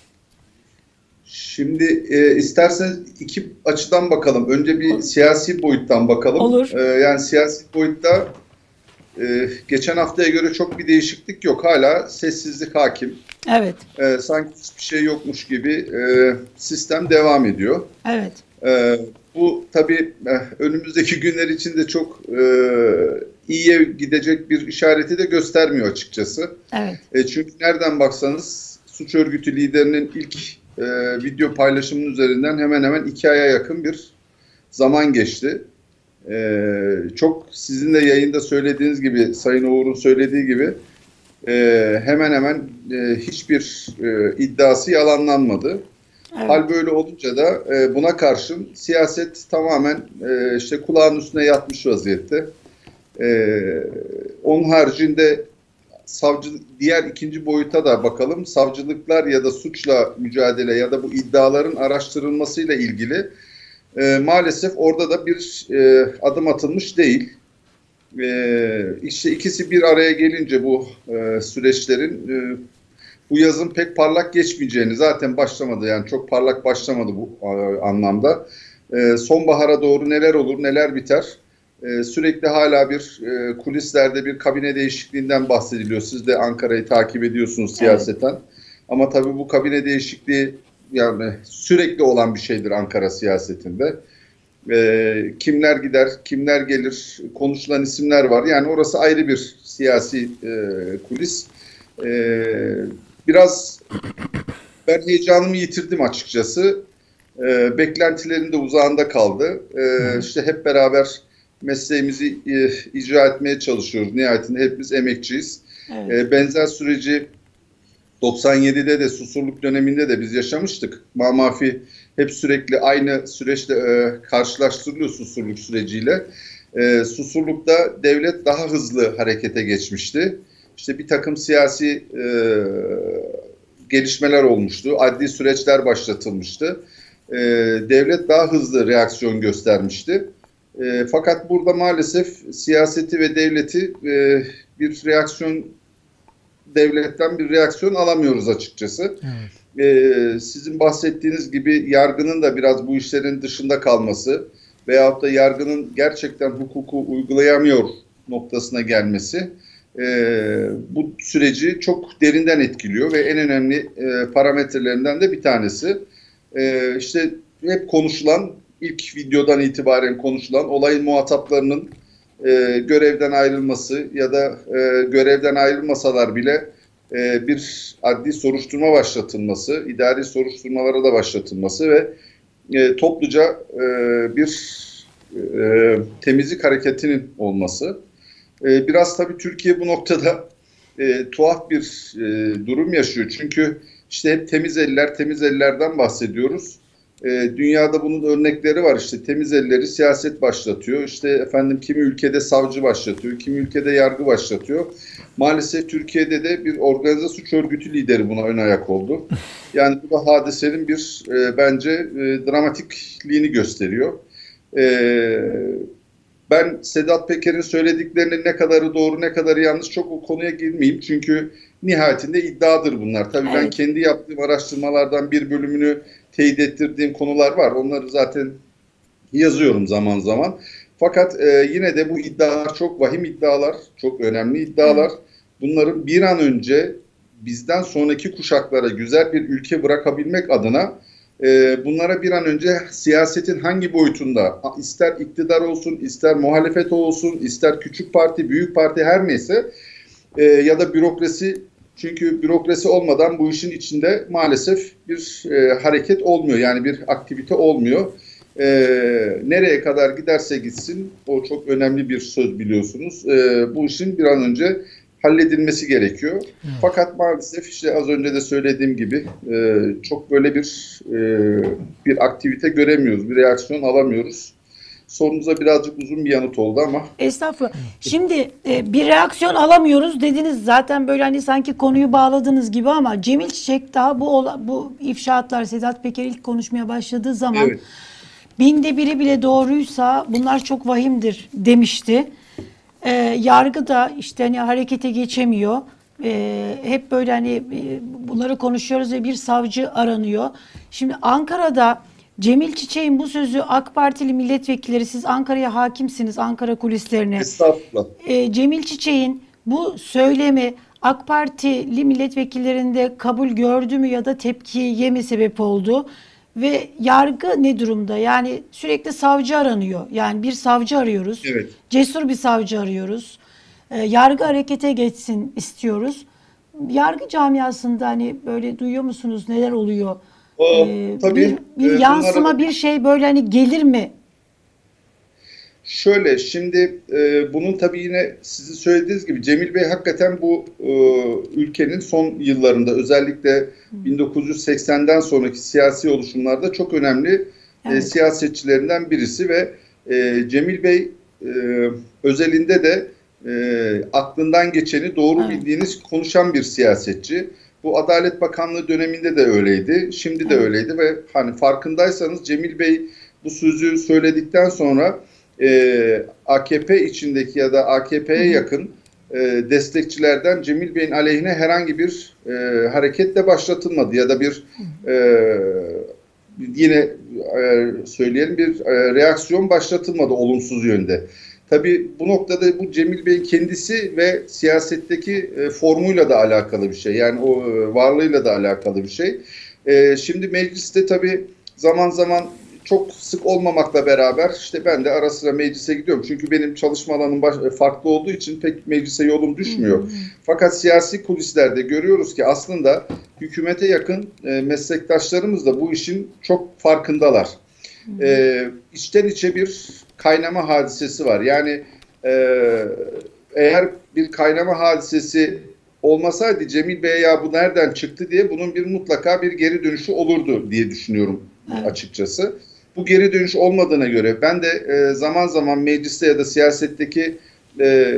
Şimdi e, isterseniz iki açıdan bakalım. Önce bir siyasi boyuttan bakalım. Olur. E, yani siyasi boyutta e, geçen haftaya göre çok bir değişiklik yok. Hala sessizlik hakim. Evet. E, sanki hiçbir şey yokmuş gibi e, sistem devam ediyor. Evet. E, bu tabii e, önümüzdeki günler için de çok e, iyiye gidecek bir işareti de göstermiyor açıkçası. Evet. E, çünkü nereden baksanız suç örgütü liderinin ilk e, video paylaşımının üzerinden hemen hemen iki aya yakın bir zaman geçti. E, çok sizin de yayında söylediğiniz gibi, Sayın Uğur'un söylediği gibi e, hemen hemen e, hiçbir e, iddiası yalanlanmadı. Evet. Hal böyle olunca da e, buna karşın siyaset tamamen e, işte kulağın üstüne yatmış vaziyette. E, onun haricinde savcı diğer ikinci boyuta da bakalım. Savcılıklar ya da suçla mücadele ya da bu iddiaların araştırılmasıyla ilgili e, maalesef orada da bir e, adım atılmış değil. E, işte ikisi bir araya gelince bu e, süreçlerin e, bu yazın pek parlak geçmeyeceğini zaten başlamadı yani çok parlak başlamadı bu e, anlamda. E, sonbahara doğru neler olur neler biter. Ee, sürekli hala bir e, kulislerde bir kabine değişikliğinden bahsediliyor. Siz de Ankara'yı takip ediyorsunuz siyaseten. Evet. Ama tabii bu kabine değişikliği yani sürekli olan bir şeydir Ankara siyasetinde. Ee, kimler gider, kimler gelir, konuşulan isimler var. Yani orası ayrı bir siyasi e, kulis. Ee, biraz ben heyecanımı yitirdim açıkçası. Ee, beklentilerin de uzağında kaldı. Ee, işte hep beraber mesleğimizi e, icra etmeye çalışıyoruz. Nihayetinde hepimiz emekçiyiz. Evet. E, benzer süreci doksan yedide de Susurluk döneminde de biz yaşamıştık. Mamafi hep sürekli aynı süreçle e, karşılaştırılıyor Susurluk süreciyle. E, Susurluk'ta devlet daha hızlı harekete geçmişti. İşte bir takım siyasi e, gelişmeler olmuştu. Adli süreçler başlatılmıştı. e, devlet daha hızlı reaksiyon göstermişti. E, fakat burada maalesef siyaseti ve devleti e, bir reaksiyon devletten bir reaksiyon alamıyoruz açıkçası. Evet. E, sizin bahsettiğiniz gibi yargının da biraz bu işlerin dışında kalması veyahut da yargının gerçekten hukuku uygulayamıyor noktasına gelmesi e, bu süreci çok derinden etkiliyor ve en önemli e, parametrelerinden de bir tanesi. E, işte hep konuşulan, ilk videodan itibaren konuşulan olayın muhataplarının e, görevden ayrılması ya da e, görevden ayrılmasalar bile e, bir adli soruşturma başlatılması, idari soruşturmalara da başlatılması ve e, topluca e, bir e, temizlik hareketinin olması. E, biraz tabii Türkiye bu noktada e, tuhaf bir e, durum yaşıyor. Çünkü işte hep temiz eller, temiz ellerden bahsediyoruz. E, dünyada bunun örnekleri var. İşte temiz elleri siyaset başlatıyor. İşte efendim kimi ülkede savcı başlatıyor, kimi ülkede yargı başlatıyor. Maalesef Türkiye'de de bir organize suç örgütü lideri buna ön ayak oldu. Yani bu da hadisenin bir e, bence e, dramatikliğini gösteriyor. E, ben Sedat Peker'in söylediklerinin ne kadarı doğru ne kadarı yanlış çok o konuya girmeyeyim. Çünkü nihayetinde iddiadır bunlar. Tabii evet. Ben kendi yaptığım araştırmalardan bir bölümünü teyit ettirdiğim konular var. Onları zaten yazıyorum zaman zaman. Fakat e, yine de bu iddialar çok vahim iddialar, çok önemli iddialar. Bunların bir an önce bizden sonraki kuşaklara güzel bir ülke bırakabilmek adına e, bunlara bir an önce siyasetin hangi boyutunda, ister iktidar olsun, ister muhalefet olsun, ister küçük parti, büyük parti her neyse e, ya da bürokrasi. Çünkü bürokrasi olmadan bu işin içinde maalesef bir e, hareket olmuyor. Yani bir aktivite olmuyor. E, nereye kadar giderse gitsin, o çok önemli bir söz biliyorsunuz. E, bu işin bir an önce halledilmesi gerekiyor. Evet. Fakat maalesef işte az önce de söylediğim gibi e, çok böyle bir e, bir aktivite göremiyoruz. Bir reaksiyon alamıyoruz. Sorunuza birazcık uzun bir yanıt oldu ama. Estağfurullah. Şimdi e, bir reaksiyon alamıyoruz dediniz. Zaten böyle hani sanki konuyu bağladığınız gibi ama Cemil Çiçek daha bu bu ifşaatlar Sedat Peker ilk konuşmaya başladığı zaman evet. binde biri bile doğruysa bunlar çok vahimdir demişti. E, yargı da işte hani harekete geçemiyor. E, hep böyle hani e, bunları konuşuyoruz ve bir savcı aranıyor. Şimdi Ankara'da Cemil Çiçek'in bu sözü AK Partili milletvekilleri, siz Ankara'ya hakimsiniz, Ankara kulislerine. Estağfurullah. E, Cemil Çiçek'in bu söylemi AK Partili milletvekillerinde kabul gördü mü ya da tepki yeme sebep oldu? Ve yargı ne durumda? Yani sürekli savcı aranıyor. Yani bir savcı arıyoruz. Evet. Cesur bir savcı arıyoruz. E, yargı harekete geçsin istiyoruz. Yargı camiasında hani böyle duyuyor musunuz neler oluyor? O, ee, tabii, bir, bir e, yansıma bunlara... bir şey böyle hani gelir mi? Şöyle şimdi e, bunun tabii yine sizin söylediğiniz gibi Cemil Bey hakikaten bu e, ülkenin son yıllarında özellikle bin dokuz yüz seksenden sonraki siyasi oluşumlarda çok önemli evet. e, siyasetçilerinden birisi ve e, Cemil Bey e, özelinde de e, aklından geçeni doğru evet. bildiğiniz konuşan bir siyasetçi. Bu Adalet Bakanlığı döneminde de öyleydi, şimdi de evet. öyleydi ve hani farkındaysanız Cemil Bey bu sözü söyledikten sonra e, A K P içindeki ya da A K P'ye yakın e, destekçilerden Cemil Bey'in aleyhine herhangi bir e, hareketle başlatılmadı ya da bir e, yine e, söyleyelim bir e, reaksiyon başlatılmadı olumsuz yönde. Tabii bu noktada bu Cemil Bey'in kendisi ve siyasetteki e, formuyla da alakalı bir şey. Yani o e, varlığıyla da alakalı bir şey. E, şimdi mecliste tabii zaman zaman çok sık olmamakla beraber işte ben de ara sıra meclise gidiyorum. Çünkü benim çalışma alanım baş, farklı olduğu için pek meclise yolum düşmüyor. Hmm. Fakat siyasi kulislerde görüyoruz ki aslında hükümete yakın e, meslektaşlarımız da bu işin çok farkındalar. Hmm. E, içten içe bir kaynama hadisesi var. Yani e, eğer bir kaynama hadisesi olmasaydı Cemil Bey ya bu nereden çıktı diye bunun bir mutlaka bir geri dönüşü olurdu diye düşünüyorum evet. açıkçası. Bu geri dönüş olmadığına göre ben de e, zaman zaman mecliste ya da siyasetteki e,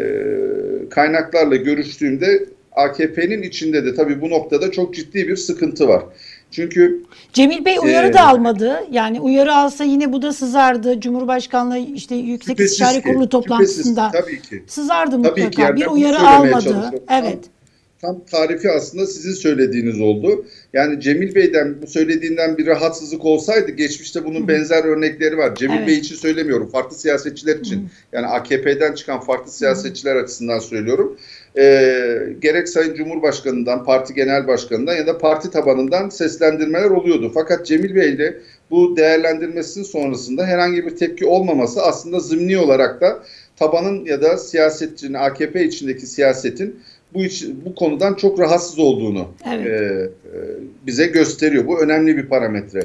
kaynaklarla görüştüğümde A K P'nin içinde de tabii bu noktada çok ciddi bir sıkıntı var. Çünkü Cemil Bey uyarı Ee, da almadı. Yani uyarı alsa yine bu da sızardı. Cumhurbaşkanlığı işte Yüksek şüphesiz İstişare ki, Kurulu toplantısında şüphesiz, tabii ki. sızardı Tabii ki mutlaka. yani Bir ben bunu uyarı söylemeye almadı. çalışıyorum. Tam- Evet. Tam tarifi aslında sizin söylediğiniz oldu. Yani Cemil Bey'den bu söylediğinden bir rahatsızlık olsaydı, geçmişte bunun benzer örnekleri var. Cemil Evet. Bey için söylemiyorum, farklı siyasetçiler için. Yani A K P'den çıkan farklı siyasetçiler açısından söylüyorum. Ee, gerek Sayın Cumhurbaşkanı'ndan, parti genel başkanından ya da parti tabanından seslendirmeler oluyordu. Fakat Cemil Bey ile bu değerlendirmesinin sonrasında herhangi bir tepki olmaması aslında zımni olarak da tabanın ya da siyasetçinin, A K P içindeki siyasetin bu iç, bu konudan çok rahatsız olduğunu Evet. e, e, bize gösteriyor. Bu önemli bir parametre.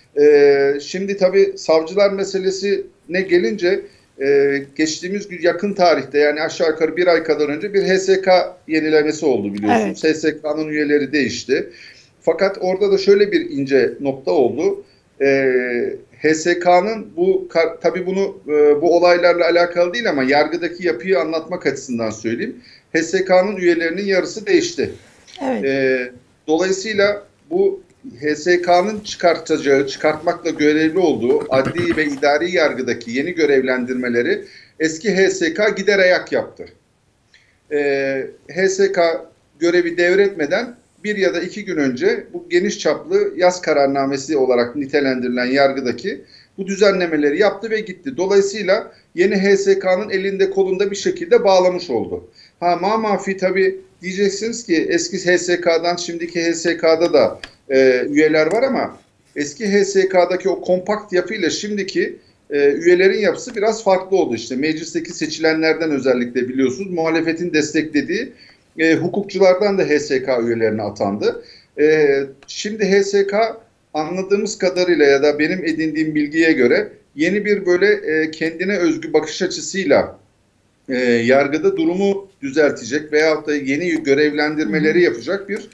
E, şimdi tabii savcılar meselesine gelince e, geçtiğimiz gün yakın tarihte, yani aşağı yukarı bir ay kadar önce bir H S K yenilemesi oldu biliyorsunuz. Evet. H S K'nın üyeleri değişti. Fakat orada da şöyle bir ince nokta oldu. E, H S K'nın bu tabii bunu e, bu olaylarla alakalı değil ama yargıdaki yapıyı anlatmak açısından söyleyeyim. H S K'nın üyelerinin yarısı değişti. Evet. E, dolayısıyla bu H S K'nın çıkartacağı, çıkartmakla görevli olduğu adli ve idari yargıdaki yeni görevlendirmeleri eski H S K gider ayak yaptı. E, H S K görevi devretmeden bir ya da iki gün önce bu geniş çaplı yaz kararnamesi olarak nitelendirilen yargıdaki bu düzenlemeleri yaptı ve gitti. Dolayısıyla yeni H S K'nın elinde kolunda bir şekilde bağlamış oldu. Ha mamafi tabii diyeceksiniz ki eski H S K'dan şimdiki H S K'da da e, üyeler var ama eski H S K'daki o kompakt yapıyla şimdiki e, üyelerin yapısı biraz farklı oldu. İşte meclisteki seçilenlerden özellikle biliyorsunuz muhalefetin desteklediği e, hukukçulardan da H S K üyelerine atandı. E, şimdi H S K anladığımız kadarıyla ya da benim edindiğim bilgiye göre yeni bir böyle e, kendine özgü bakış açısıyla e, yargıda durumu düzeltecek veyahut da yeni görevlendirmeleri yapacak bir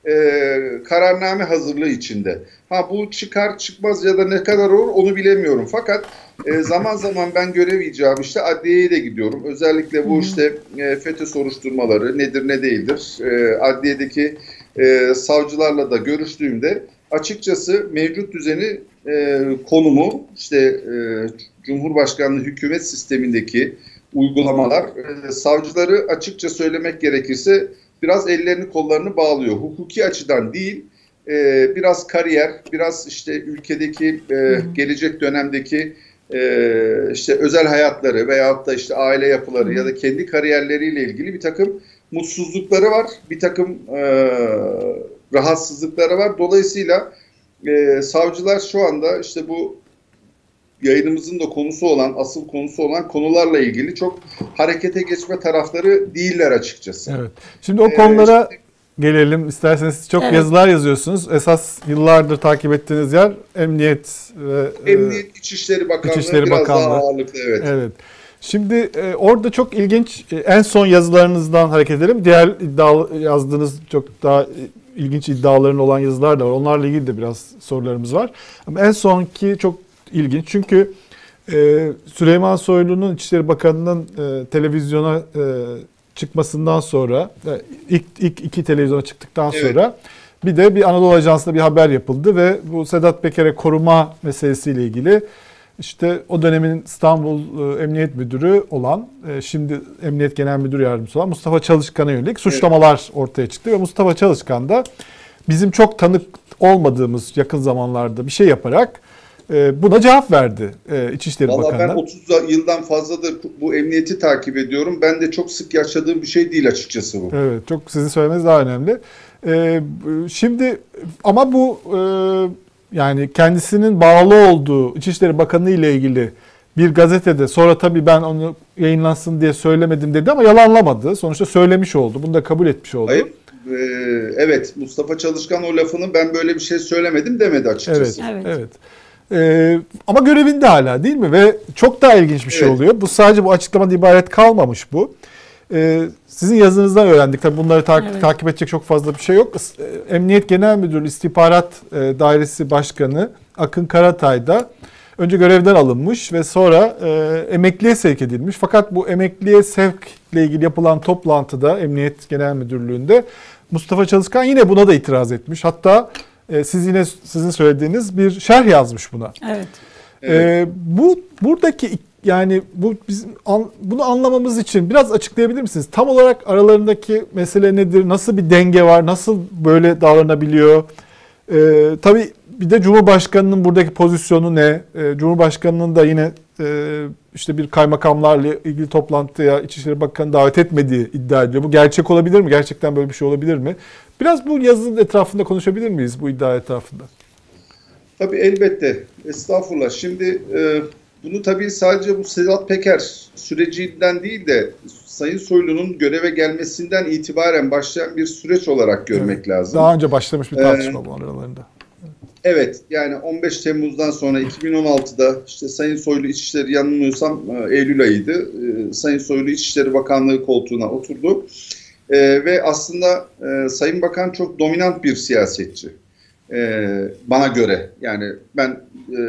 e, kararname hazırlığı içinde. Ha bu çıkar çıkmaz ya da ne kadar olur onu bilemiyorum. Fakat e, zaman zaman ben görev icabı işte adliyeye de gidiyorum. Özellikle bu işte e, FETÖ soruşturmaları nedir ne değildir. E, adliyedeki e, savcılarla da görüştüğümde açıkçası mevcut düzeni, e, konumu, işte e, Cumhurbaşkanlığı hükümet sistemindeki uygulamalar e, savcıları açıkça söylemek gerekirse biraz ellerini kollarını bağlıyor. Hukuki açıdan değil, e, biraz kariyer, biraz işte ülkedeki e, gelecek dönemdeki e, işte özel hayatları veyahut da işte aile yapıları Hı. ya da kendi kariyerleriyle ilgili bir takım mutsuzlukları var, bir takım e, rahatsızlıkları var. Dolayısıyla e, savcılar şu anda işte bu yayınımızın da konusu olan, asıl konusu olan konularla ilgili çok harekete geçme tarafları değiller açıkçası. Evet. Şimdi o konulara ee, gelelim. İsterseniz çok evet. yazılar yazıyorsunuz. Esas yıllardır takip ettiğiniz yer Emniyet ve Emniyet İçişleri Bakanlığı İçişleri biraz Bakanlığı. daha ağırlıklı. Evet. Evet. Şimdi e, orada çok ilginç, e, en son yazılarınızdan hareket edelim. Diğer iddia yazdığınız çok daha ilginç iddiaların olan yazılar da var. Onlarla ilgili de biraz sorularımız var. Ama en sonki çok ilginç çünkü e, Süleyman Soylu'nun İçişleri Bakanı'nın e, televizyona e, çıkmasından sonra, e, ilk, ilk iki televizyona çıktıktan evet. sonra bir de bir Anadolu Ajansı'nda bir haber yapıldı ve bu Sedat Peker'e koruma meselesiyle ilgili işte o dönemin İstanbul e, Emniyet Müdürü olan, e, şimdi Emniyet Genel Müdür Yardımcısı olan Mustafa Çalışkan'a yönelik suçlamalar evet. ortaya çıktı ve Mustafa Çalışkan da bizim çok tanık olmadığımız yakın zamanlarda bir şey yaparak buna cevap verdi İçişleri Bakanı. Vallahi ben otuz yıldan fazladır bu emniyeti takip ediyorum. Ben de çok sık yaşadığım bir şey değil açıkçası bu. Evet, çok sizin söylemeniz daha önemli. Şimdi ama bu yani kendisinin bağlı olduğu İçişleri Bakanı ile ilgili bir gazetede sonra tabii ben onu yayınlansın diye söylemedim dedi ama yalanlamadı. Sonuçta söylemiş oldu. Bunu da kabul etmiş oldu. Hayır. Ee, evet, Mustafa Çalışkan o lafını ben böyle bir şey söylemedim demedi açıkçası. Evet, evet. evet. Ee, ama görevinde hala değil mi? Ve çok daha ilginç bir şey evet. oluyor. Bu sadece bu açıklamadan ibaret kalmamış bu. Ee, sizin yazınızdan öğrendik. Tabii bunları ta- evet. takip edecek çok fazla bir şey yok. Emniyet Genel Müdürlüğü İstihbarat Dairesi Başkanı Akın Karatay da önce görevden alınmış ve sonra e, emekliye sevk edilmiş. Fakat bu emekliye sevkle ilgili yapılan toplantıda Emniyet Genel Müdürlüğü'nde Mustafa Çalışkan yine buna da itiraz etmiş. Hatta e, siz yine sizin söylediğiniz bir şerh yazmış buna. Evet. Evet. E, bu buradaki yani bu bizim an, bunu anlamamız için biraz açıklayabilir misiniz? Tam olarak aralarındaki mesele nedir? Nasıl bir denge var? Nasıl böyle davranabiliyor? E, tabii bir de Cumhurbaşkanı'nın buradaki pozisyonu ne? E, Cumhurbaşkanı'nın da yine e, işte bir kaymakamlarla ilgili toplantıya İçişleri Bakanı davet etmediği iddia ediliyor. Bu gerçek olabilir mi? Gerçekten böyle bir şey olabilir mi? Biraz bu yazının etrafında konuşabilir miyiz, bu iddia etrafında? Tabii elbette. Estağfurullah. Şimdi e, bunu tabii sadece bu Sedat Peker sürecinden değil de Sayın Soylu'nun göreve gelmesinden itibaren başlayan bir süreç olarak görmek evet. lazım. Daha önce başlamış bir tartışma ee, bu aralarında. Evet, yani on beş Temmuz'dan sonra iki bin on altıda işte Sayın Soylu İçişleri, yanılmıyorsam Eylül ayıydı. Sayın Soylu İçişleri Bakanlığı koltuğuna oturdu. Ee, ve aslında e, Sayın Bakan çok dominant bir siyasetçi. Ee, bana göre. Yani ben e,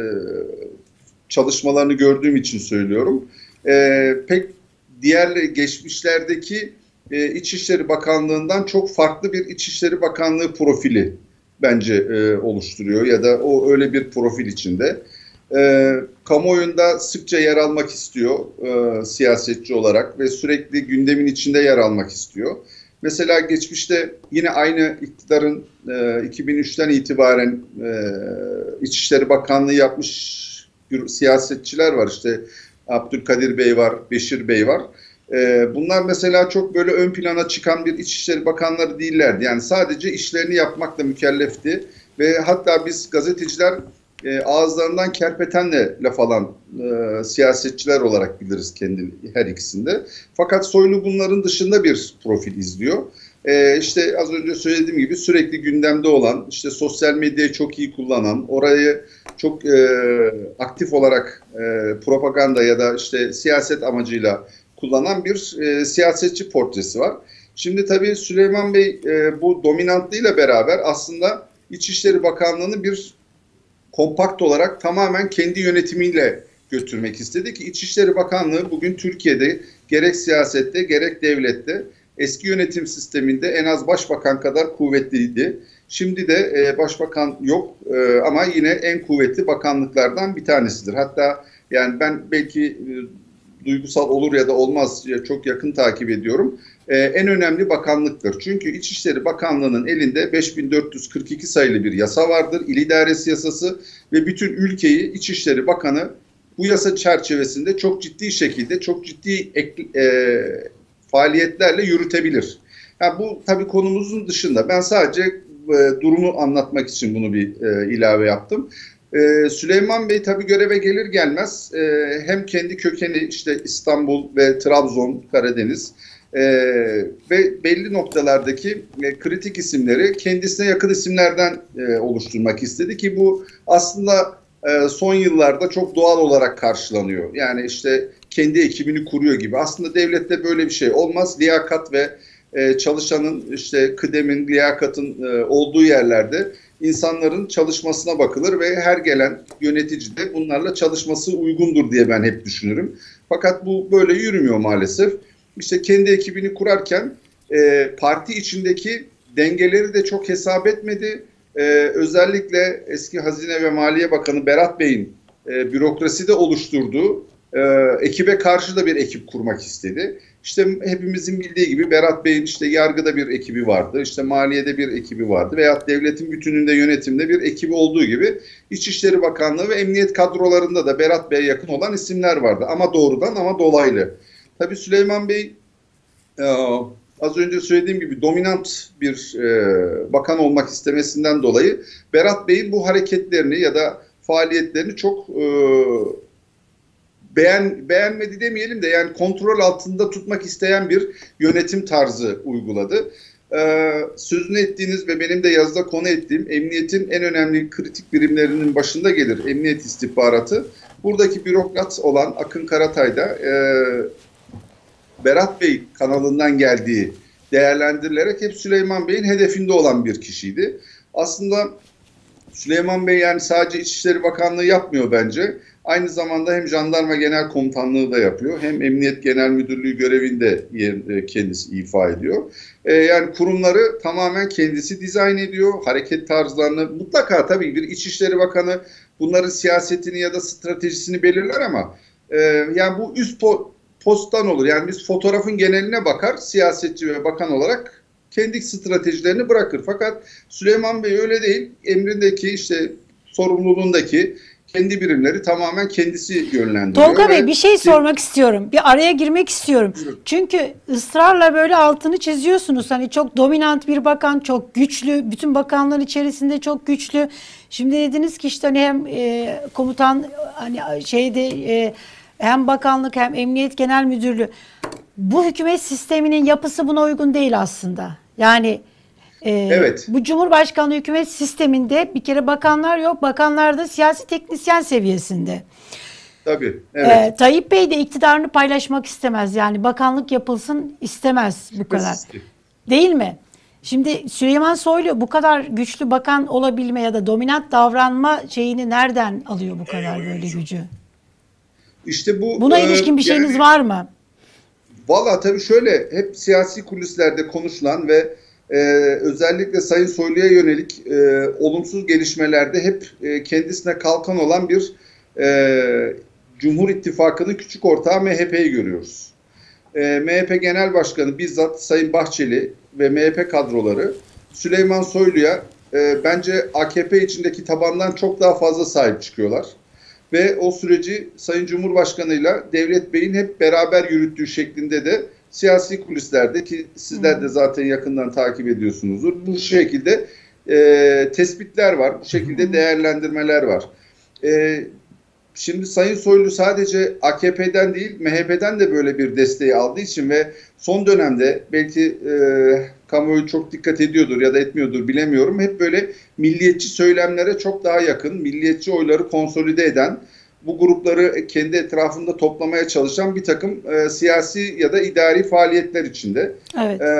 çalışmalarını gördüğüm için söylüyorum. Ee, pek diğer geçmişlerdeki e, İçişleri Bakanlığı'ndan çok farklı bir İçişleri Bakanlığı profili bence e, oluşturuyor ya da o öyle bir profil içinde. E, kamuoyunda sıkça yer almak istiyor e, siyasetçi olarak ve sürekli gündemin içinde yer almak istiyor. Mesela geçmişte yine aynı iktidarın e, iki bin üçten itibaren e, İçişleri Bakanlığı yapmış siyasetçiler var. İşte Abdülkadir Bey var, Beşir Bey var. Bunlar mesela çok böyle ön plana çıkan bir İçişleri Bakanları değillerdi. Yani sadece işlerini yapmakla mükellefti. Ve hatta biz gazeteciler e, ağızlarından kerpetenle laf alan e, siyasetçiler olarak biliriz kendi her ikisinde. Fakat Soylu bunların dışında bir profil izliyor. E, işte az önce söylediğim gibi sürekli gündemde olan, işte sosyal medyayı çok iyi kullanan, orayı çok e, aktif olarak e, propaganda ya da işte siyaset amacıyla kullanan bir e, siyasetçi portresi var. Şimdi tabii Süleyman Bey e, bu dominantlığıyla beraber aslında İçişleri Bakanlığı'nı bir kompakt olarak tamamen kendi yönetimiyle götürmek istedi ki İçişleri Bakanlığı bugün Türkiye'de gerek siyasette gerek devlette eski yönetim sisteminde en az başbakan kadar kuvvetliydi. Şimdi de e, başbakan yok e, ama yine en kuvvetli bakanlıklardan bir tanesidir. Hatta yani ben belki e, duygusal olur ya da olmaz ya çok yakın takip ediyorum. Ee, en önemli bakanlıktır. Çünkü İçişleri Bakanlığı'nın elinde beş bin dört yüz kırk iki sayılı bir yasa vardır. İl İdaresi Yasası ve bütün ülkeyi İçişleri Bakanı bu yasa çerçevesinde çok ciddi şekilde çok ciddi ek, e, faaliyetlerle yürütebilir. Yani bu tabii konumuzun dışında. Ben sadece e, durumu anlatmak için bunu bir e, ilave yaptım. Ee, Süleyman Bey tabii göreve gelir gelmez e, hem kendi kökeni işte İstanbul ve Trabzon, Karadeniz e, ve belli noktalardaki e, kritik isimleri kendisine yakın isimlerden e, oluşturmak istedi ki bu aslında e, son yıllarda çok doğal olarak karşılanıyor. Yani işte kendi ekibini kuruyor gibi. Aslında devlette böyle bir şey olmaz. Liyakat ve e, çalışanın işte kıdemin, liyakatın e, olduğu yerlerde İnsanların çalışmasına bakılır ve her gelen yönetici de bunlarla çalışması uygundur diye ben hep düşünürüm. Fakat bu böyle yürümüyor maalesef. İşte kendi ekibini kurarken e, parti içindeki dengeleri de çok hesap etmedi. E, özellikle eski Hazine ve Maliye Bakanı Berat Bey'in e, bürokraside oluşturduğu e, ekibe karşı da bir ekip kurmak istedi. İşte hepimizin bildiği gibi Berat Bey'in işte yargıda bir ekibi vardı, işte maliyede bir ekibi vardı veya devletin bütününde yönetimde bir ekibi olduğu gibi İçişleri Bakanlığı ve emniyet kadrolarında da Berat Bey'e yakın olan isimler vardı. Ama doğrudan ama dolaylı. Tabii Süleyman Bey e, az önce söylediğim gibi dominant bir e, bakan olmak istemesinden dolayı Berat Bey'in bu hareketlerini ya da faaliyetlerini çok e, Beğen, beğenmedi demeyelim de yani kontrol altında tutmak isteyen bir yönetim tarzı uyguladı. Ee, sözünü ettiğiniz ve benim de yazıda konu ettiğim emniyetin en önemli kritik birimlerinin başında gelir emniyet istihbaratı. Buradaki bürokrat olan Akın Karatay da e, Berat Bey kanalından geldiği değerlendirilerek hep Süleyman Bey'in hedefinde olan bir kişiydi. Aslında Süleyman Bey yani sadece İçişleri Bakanlığı yapmıyor bence. Aynı zamanda hem Jandarma Genel Komutanlığı da yapıyor, hem Emniyet Genel Müdürlüğü görevinde kendisi ifa ediyor. Ee, yani kurumları tamamen kendisi dizayn ediyor, hareket tarzlarını. Mutlaka tabii bir İçişleri Bakanı bunların siyasetini ya da stratejisini belirler ama e, yani bu üst po posttan olur. Yani biz fotoğrafın geneline bakar, siyasetçi ve bakan olarak kendi stratejilerini bırakır. Fakat Süleyman Bey öyle değil. Emrindeki işte sorumluluğundaki kendi birimleri tamamen kendisi yönlendiriyor. Tolga Bey bir şey sormak istiyorum. Bir araya girmek istiyorum. Çünkü ısrarla böyle altını çiziyorsunuz. Hani çok dominant bir bakan, çok güçlü, bütün bakanların içerisinde çok güçlü. Şimdi dediniz ki işte hani hem e, komutan hani şeyde e, hem bakanlık hem Emniyet Genel Müdürlüğü. Bu hükümet sisteminin yapısı buna uygun değil aslında. Yani Ee, evet. Bu Cumhurbaşkanlığı hükümet sisteminde bir kere bakanlar yok. Bakanlar da siyasi teknisyen seviyesinde. Tabii. Evet. Ee, Tayyip Bey de iktidarını paylaşmak istemez. Yani bakanlık yapılsın istemez bu kadar. Değil mi? Şimdi Süleyman Soylu bu kadar güçlü bakan olabilme ya da dominant davranma şeyini nereden alıyor bu kadar böyle gücü? İşte bu. Buna ilişkin bir şeyiniz yani, var mı? Valla tabii şöyle, hep siyasi kulislerde konuşulan ve Ee, özellikle Sayın Soylu'ya yönelik e, olumsuz gelişmelerde hep e, kendisine kalkan olan bir e, Cumhur İttifakı'nın küçük ortağı M H P'yi görüyoruz. E, M H P Genel Başkanı bizzat Sayın Bahçeli ve M H P kadroları Süleyman Soylu'ya e, bence A K P içindeki tabandan çok daha fazla sahip çıkıyorlar. Ve o süreci Sayın Cumhurbaşkanı'yla Devlet Bey'in hep beraber yürüttüğü şeklinde de siyasi kulislerde, ki sizler de zaten yakından takip ediyorsunuzdur, bu şekilde e, tespitler var, bu şekilde değerlendirmeler var. E, şimdi Sayın Soylu sadece A K P'den değil M H P'den de böyle bir desteği aldığı için ve son dönemde belki e, kamuoyu çok dikkat ediyordur ya da etmiyordur bilemiyorum, hep böyle milliyetçi söylemlere çok daha yakın, milliyetçi oyları konsolide eden, bu grupları kendi etrafında toplamaya çalışan bir takım e, siyasi ya da idari faaliyetler içinde. Evet. E,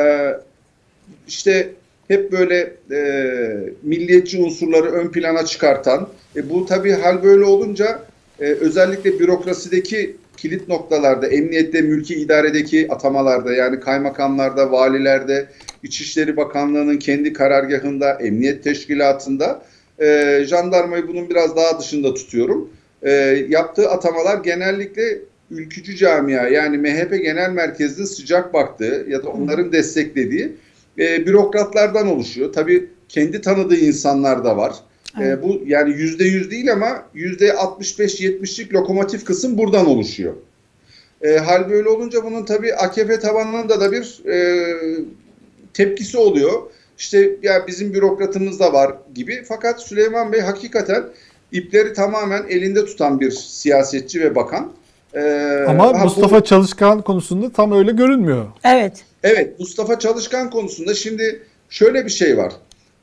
işte hep böyle e, milliyetçi unsurları ön plana çıkartan, e, bu tabii hal böyle olunca e, özellikle bürokrasideki kilit noktalarda, emniyette, mülki idaredeki atamalarda, yani kaymakamlarda, valilerde, İçişleri Bakanlığı'nın kendi karargahında, emniyet teşkilatında, e, jandarmayı bunun biraz daha dışında tutuyorum. E, yaptığı atamalar genellikle ülkücü camia, yani M H P Genel Merkezi'nin sıcak baktığı ya da onların desteklediği e, bürokratlardan oluşuyor. Tabii kendi tanıdığı insanlar da var. Evet. E, bu yani yüzde yüz değil ama yüzde altmış beş yetmişlik lokomotif kısım buradan oluşuyor. E, hal böyle olunca bunun tabii A K P tabanında da bir e, tepkisi oluyor. İşte ya bizim bürokratımız da var gibi. Fakat Süleyman Bey hakikaten ipleri tamamen elinde tutan bir siyasetçi ve bakan. Ee, Ama Mustafa bu, Çalışkan konusunda tam öyle görünmüyor. Evet. Evet, Mustafa Çalışkan konusunda şimdi şöyle bir şey var.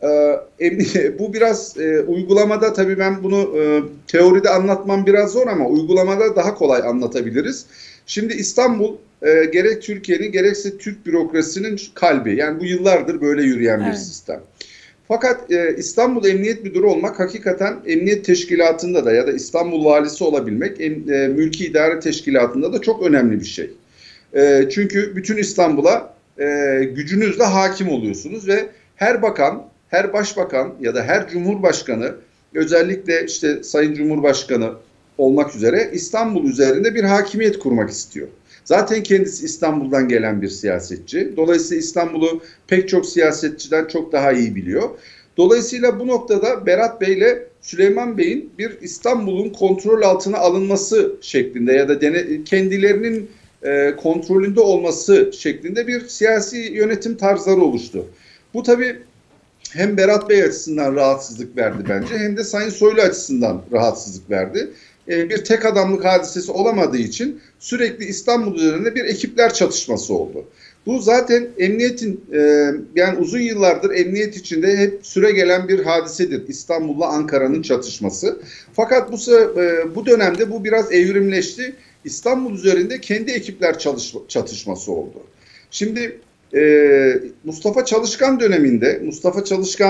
Ee, bu biraz e, uygulamada, tabii ben bunu e, teoride anlatmam biraz zor ama uygulamada daha kolay anlatabiliriz. Şimdi İstanbul e, gerek Türkiye'nin gerekse Türk bürokrasisinin kalbi. Yani bu yıllardır böyle yürüyen evet. bir sistem. Fakat e, İstanbul Emniyet Müdürü olmak hakikaten emniyet teşkilatında da ya da İstanbul Valisi olabilmek em, e, mülki idare teşkilatında da çok önemli bir şey. E, çünkü bütün İstanbul'a e, gücünüzle hakim oluyorsunuz ve her bakan, her başbakan ya da her cumhurbaşkanı, özellikle işte Sayın Cumhurbaşkanı olmak üzere İstanbul üzerinde bir hakimiyet kurmak istiyor. Zaten kendisi İstanbul'dan gelen bir siyasetçi. Dolayısıyla İstanbul'u pek çok siyasetçiden çok daha iyi biliyor. Dolayısıyla bu noktada Berat Bey ile Süleyman Bey'in bir İstanbul'un kontrol altına alınması şeklinde ya da dene, kendilerinin e, kontrolünde olması şeklinde bir siyasi yönetim tarzları oluştu. Bu tabii hem Berat Bey açısından rahatsızlık verdi bence, hem de Sayın Soylu açısından rahatsızlık verdi. Bir tek adamlık hadisesi olamadığı için sürekli İstanbul üzerinde bir ekipler çatışması oldu. Bu zaten emniyetin e, yani uzun yıllardır emniyet içinde hep süregelen bir hadisedir. İstanbul'la Ankara'nın çatışması. Fakat bu e, bu dönemde bu biraz evrimleşti. İstanbul üzerinde kendi ekipler çalış, çatışması oldu. Şimdi e, Mustafa Çalışkan döneminde Mustafa Çalışkan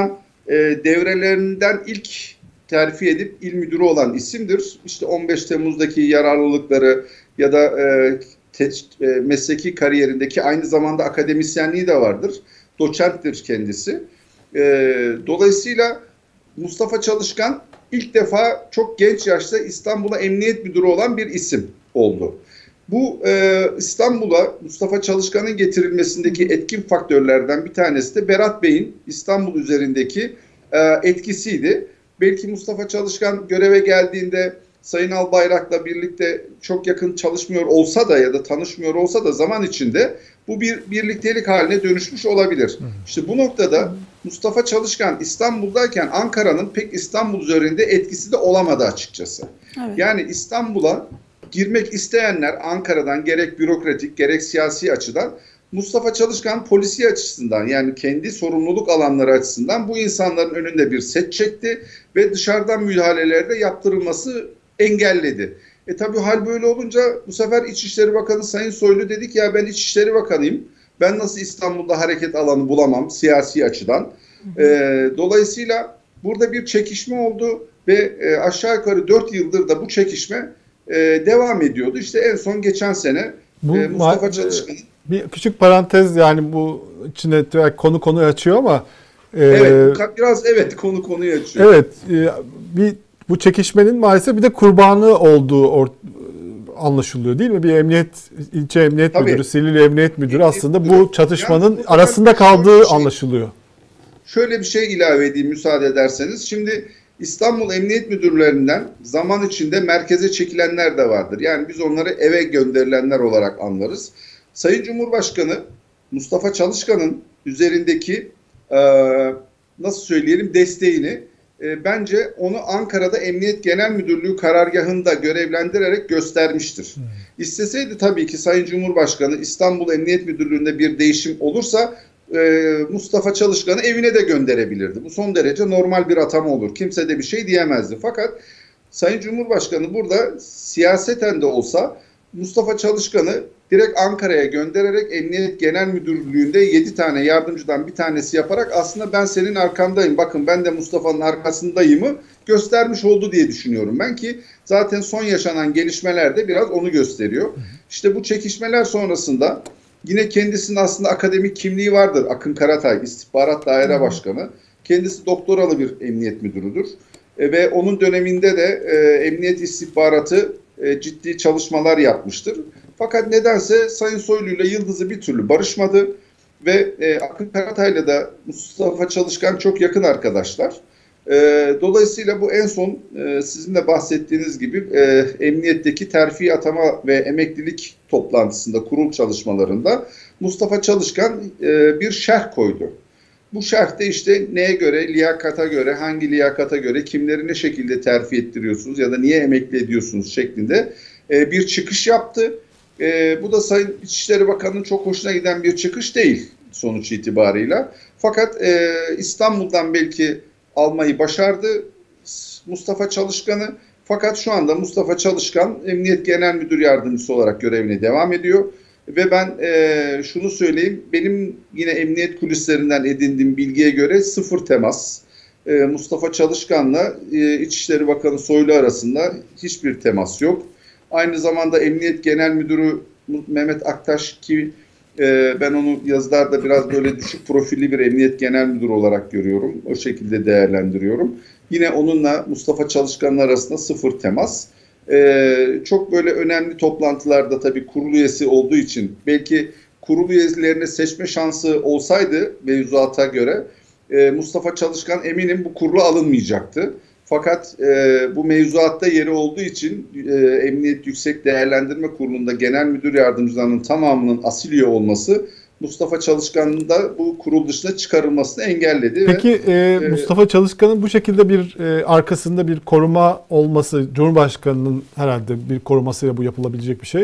e, devrelerinden ilk terfi edip il müdürü olan isimdir. İşte on beş Temmuz'daki yararlılıkları ya da e, te, e, mesleki kariyerindeki aynı zamanda akademisyenliği de vardır. Doçenttir kendisi. E, dolayısıyla Mustafa Çalışkan ilk defa çok genç yaşta İstanbul'a emniyet müdürü olan bir isim oldu. Bu e, İstanbul'a Mustafa Çalışkan'ın getirilmesindeki etkin faktörlerden bir tanesi de Berat Bey'in İstanbul üzerindeki e, etkisiydi. Belki Mustafa Çalışkan göreve geldiğinde Sayın Albayrak'la birlikte çok yakın çalışmıyor olsa da ya da tanışmıyor olsa da zaman içinde bu bir birliktelik haline dönüşmüş olabilir. İşte bu noktada Mustafa Çalışkan İstanbul'dayken Ankara'nın pek İstanbul üzerinde etkisi de olamadı açıkçası. Evet. Yani İstanbul'a girmek isteyenler Ankara'dan gerek bürokratik gerek siyasi açıdan Mustafa Çalışkan polisi açısından yani kendi sorumluluk alanları açısından bu insanların önünde bir set çekti ve dışarıdan müdahalelerde yaptırılması engelledi. E tabi hal böyle olunca bu sefer İçişleri Bakanı Sayın Soylu dedi ki ya ben İçişleri Bakanıyım. Ben nasıl İstanbul'da hareket alanı bulamam siyasi açıdan. E, dolayısıyla burada bir çekişme oldu ve e, aşağı yukarı dört yıldır da bu çekişme e, devam ediyordu. İşte en son geçen sene bu e, Mustafa Çalışkan'ın bir küçük parantez yani bu içine konu konuyu açıyor ama e, evet biraz evet konu konuyu açıyor. Evet e, bir bu çekişmenin maalesef bir de kurbanı olduğu or- anlaşılıyor değil mi? Bir emniyet ilçe emniyet Tabii. müdürü, Silivri Emniyet Müdürü emniyet aslında müdürü. Bu çatışmanın yani, arasında kaldığı şey, anlaşılıyor. Şöyle bir şey ilave edeyim müsaade ederseniz. Şimdi İstanbul Emniyet Müdürlerinden zaman içinde merkeze çekilenler de vardır. Yani biz onları eve gönderilenler olarak anlarız. Sayın Cumhurbaşkanı Mustafa Çalışkan'ın üzerindeki e, nasıl söyleyelim desteğini e, bence onu Ankara'da Emniyet Genel Müdürlüğü karargahında görevlendirerek göstermiştir. Hmm. İsteseydi tabii ki Sayın Cumhurbaşkanı İstanbul Emniyet Müdürlüğü'nde bir değişim olursa e, Mustafa Çalışkan'ı evine de gönderebilirdi. Bu son derece normal bir atama olur. Kimse de bir şey diyemezdi. Fakat Sayın Cumhurbaşkanı burada siyaseten de olsa Mustafa Çalışkan'ı direkt Ankara'ya göndererek Emniyet Genel Müdürlüğü'nde yedi tane yardımcıdan bir tanesi yaparak aslında ben senin arkandayım, bakın ben de Mustafa'nın arkasındayım'ı göstermiş oldu diye düşünüyorum ben ki zaten son yaşanan gelişmeler de biraz onu gösteriyor. İşte bu çekişmeler sonrasında yine kendisinin aslında akademik kimliği vardır. Akın Karatay, İstihbarat Daire Başkanı. Kendisi doktoralı bir emniyet müdürüdür. E, ve onun döneminde de e, emniyet istihbaratı e, ciddi çalışmalar yapmıştır. Fakat nedense Sayın Soylu ile Yıldız'ı bir türlü barışmadı ve e, Akın Karatay'la da Mustafa Çalışkan çok yakın arkadaşlar. E, dolayısıyla bu en son e, sizin de bahsettiğiniz gibi e, emniyetteki terfi atama ve emeklilik toplantısında, kurul çalışmalarında Mustafa Çalışkan e, bir şerh koydu. Bu şerhte işte neye göre, liyakata göre, hangi liyakata göre, kimleri ne şekilde terfi ettiriyorsunuz ya da niye emekli ediyorsunuz şeklinde e, bir çıkış yaptı. E, bu da Sayın İçişleri Bakanı'nın çok hoşuna giden bir çıkış değil sonuç itibarıyla. Fakat e, İstanbul'dan belki almayı başardı Mustafa Çalışkan'ı. Fakat şu anda Mustafa Çalışkan Emniyet Genel Müdür Yardımcısı olarak görevine devam ediyor. Ve ben e, şunu söyleyeyim, benim yine emniyet kulislerinden edindiğim bilgiye göre sıfır temas. E, Mustafa Çalışkan'la e, İçişleri Bakanı Soylu arasında hiçbir temas yok. Aynı zamanda Emniyet Genel Müdürü Mehmet Aktaş ki e, ben onu yazılarda biraz böyle düşük profilli bir Emniyet Genel Müdürü olarak görüyorum. O şekilde değerlendiriyorum. Yine onunla Mustafa Çalışkan'ın arasında sıfır temas. Ee, çok böyle önemli toplantılarda tabii kurul üyesi olduğu için belki kurul üyelerini seçme şansı olsaydı mevzuata göre e, Mustafa Çalışkan eminim bu kurula alınmayacaktı. Fakat e, bu mevzuatta yeri olduğu için e, Emniyet Yüksek Değerlendirme Kurulu'nda genel müdür yardımcılarının tamamının asil üye olması Mustafa Çalışkan'ın da bu kurul dışına çıkarılmasını engelledi. Peki ve, e, Mustafa Çalışkan'ın bu şekilde bir e, arkasında bir koruma olması, Cumhurbaşkanı'nın herhalde bir korumasıyla bu yapılabilecek bir şey. E,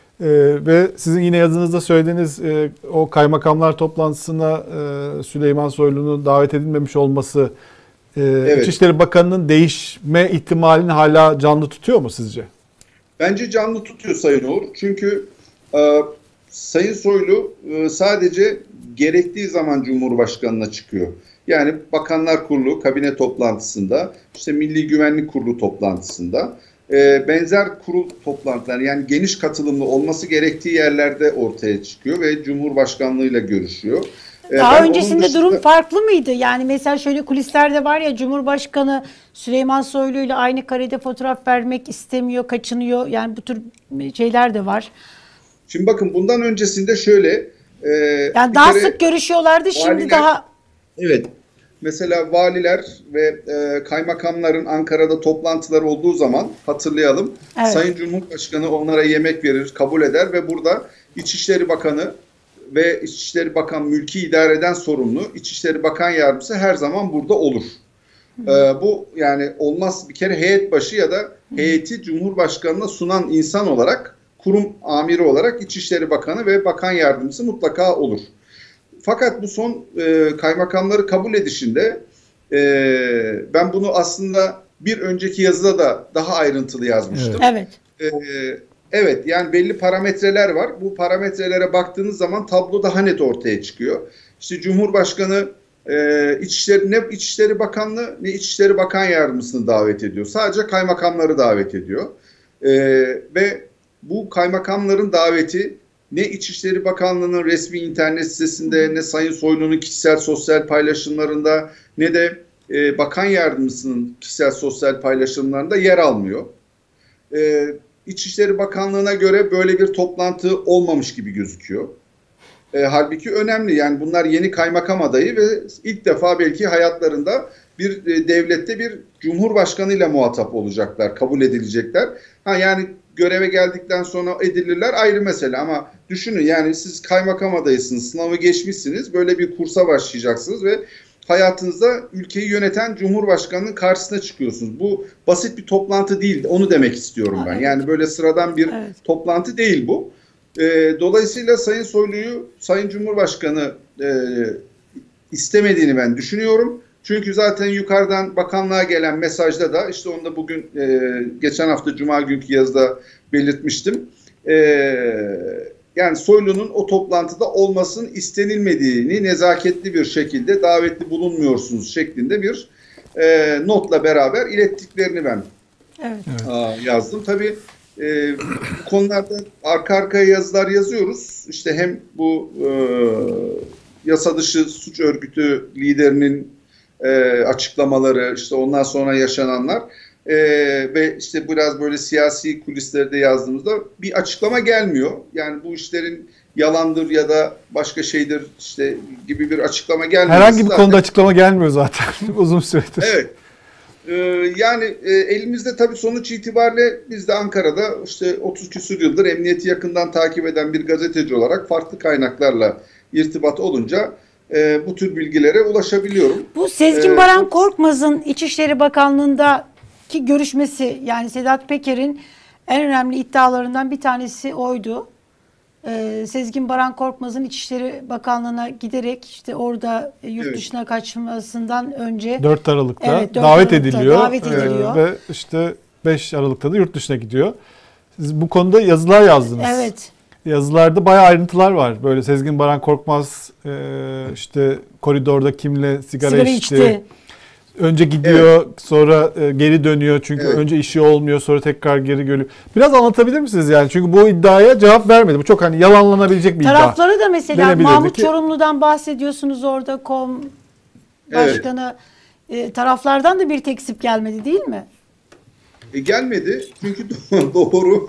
ve sizin yine yazınızda söylediğiniz e, o kaymakamlar toplantısına e, Süleyman Soylu'nun davet edilmemiş olması e, evet. İçişleri Bakanı'nın değişme ihtimalini hala canlı tutuyor mu sizce? Bence canlı tutuyor Sayın Uğur. Çünkü e, Sayın Soylu sadece gerektiği zaman Cumhurbaşkanı'na çıkıyor. Yani Bakanlar Kurulu kabine toplantısında, işte Milli Güvenlik Kurulu toplantısında, e, benzer kurul toplantıları, yani geniş katılımlı olması gerektiği yerlerde ortaya çıkıyor ve Cumhurbaşkanlığıyla görüşüyor. E, Daha ben öncesinde dışında, durum farklı mıydı? Yani mesela şöyle kulislerde var ya, Cumhurbaşkanı Süleyman Soylu ile aynı karede fotoğraf vermek istemiyor, kaçınıyor. Yani bu tür şeyler de var. Şimdi bakın, bundan öncesinde şöyle. E, Yani bir daha kere sık görüşüyorlardı, şimdi valiler- daha... Evet. Mesela valiler ve e, kaymakamların Ankara'da toplantıları olduğu zaman hatırlayalım. Evet. Sayın Cumhurbaşkanı onlara yemek verir, kabul eder ve burada İçişleri Bakanı ve İçişleri Bakan mülki idareden sorumlu İçişleri Bakan Yardımcısı her zaman burada olur. E, bu yani olmaz, bir kere heyet başı ya da heyeti Cumhurbaşkanı'na sunan insan olarak, kurum amiri olarak İçişleri Bakanı ve Bakan Yardımcısı mutlaka olur. Fakat bu son e, kaymakamları kabul edişinde e, ben bunu aslında bir önceki yazıda da daha ayrıntılı yazmıştım. Evet. E, evet, yani belli parametreler var. Bu parametrelere baktığınız zaman tablo daha net ortaya çıkıyor. İşte Cumhurbaşkanı e, İçişleri, ne İçişleri Bakanlığı ne İçişleri Bakan Yardımcısını davet ediyor. Sadece kaymakamları davet ediyor. E, ve bu kaymakamların daveti ne İçişleri Bakanlığı'nın resmi internet sitesinde, ne Sayın Soylu'nun kişisel sosyal paylaşımlarında, ne de e, Bakan Yardımcısının kişisel sosyal paylaşımlarında yer almıyor. E, İçişleri Bakanlığı'na göre böyle bir toplantı olmamış gibi gözüküyor. E, halbuki önemli, yani bunlar yeni kaymakam adayı ve ilk defa belki hayatlarında bir e, devlette bir cumhurbaşkanıyla muhatap olacaklar, kabul edilecekler. Ha, yani göreve geldikten sonra edilirler, ayrı mesele, ama düşünün, yani siz kaymakam adayısınız, sınavı geçmişsiniz, böyle bir kursa başlayacaksınız ve hayatınızda ülkeyi yöneten Cumhurbaşkanı'nın karşısına çıkıyorsunuz. Bu basit bir toplantı değil, onu demek istiyorum ben. Evet. Yani böyle sıradan bir Evet. toplantı değil bu. E, dolayısıyla Sayın Soylu'yu Sayın Cumhurbaşkanı e, istemediğini ben düşünüyorum. Çünkü zaten yukarıdan bakanlığa gelen mesajda da, işte onu da bugün e, geçen hafta Cuma günkü yazıda belirtmiştim. E, yani Soylu'nun o toplantıda olmasının istenilmediğini, nezaketli bir şekilde davetli bulunmuyorsunuz şeklinde bir e, notla beraber ilettiklerini ben Evet. Evet. aa, yazdım. Tabii e, bu konularda arka arkaya yazılar yazıyoruz. İşte hem bu e, yasa dışı suç örgütü liderinin E, açıklamaları, işte ondan sonra yaşananlar e, ve işte biraz böyle siyasi kulislerde yazdığımızda bir açıklama gelmiyor. Yani bu işlerin yalandır ya da başka şeydir işte gibi bir açıklama gelmiyor. Herhangi bir Zaten, konuda açıklama gelmiyor zaten uzun süredir. evet. E, yani e, elimizde tabii sonuç itibariyle biz de Ankara'da işte otuz küsur yıldır emniyeti yakından takip eden bir gazeteci olarak farklı kaynaklarla irtibat olunca E, bu tür bilgilere ulaşabiliyorum. Bu Sezgin Ee, Baran Korkmaz'ın İçişleri Bakanlığı'ndaki görüşmesi, yani Sedat Peker'in en önemli iddialarından bir tanesi oydu. Ee, Sezgin Baran Korkmaz'ın İçişleri Bakanlığı'na giderek işte orada e, yurt Evet. dışına kaçmasından önce dört Aralık'ta Evet, dört davet Aralık'ta ediliyor. davet ediliyor. Ee, ve işte beş Aralık'ta da yurt dışına gidiyor. Siz bu konuda yazılar yazdınız. evet. Yazılarda bayağı ayrıntılar var. Böyle Sezgin Baran Korkmaz e, işte koridorda kimle sigara, Sigara içti. içti. Önce gidiyor, sonra e, geri dönüyor. Çünkü Evet. önce işi olmuyor, sonra tekrar geri geliyor. Biraz anlatabilir misiniz yani? Çünkü bu iddiaya cevap vermedi. Bu çok hani yalanlanabilecek bir iddia. Tarafları da mesela Denebilirdi Mahmut ki- Çorumlu'dan bahsediyorsunuz orada, KOM Evet. Başkanı. E, taraflardan da bir tekzip gelmedi değil mi? E, gelmedi çünkü doğru.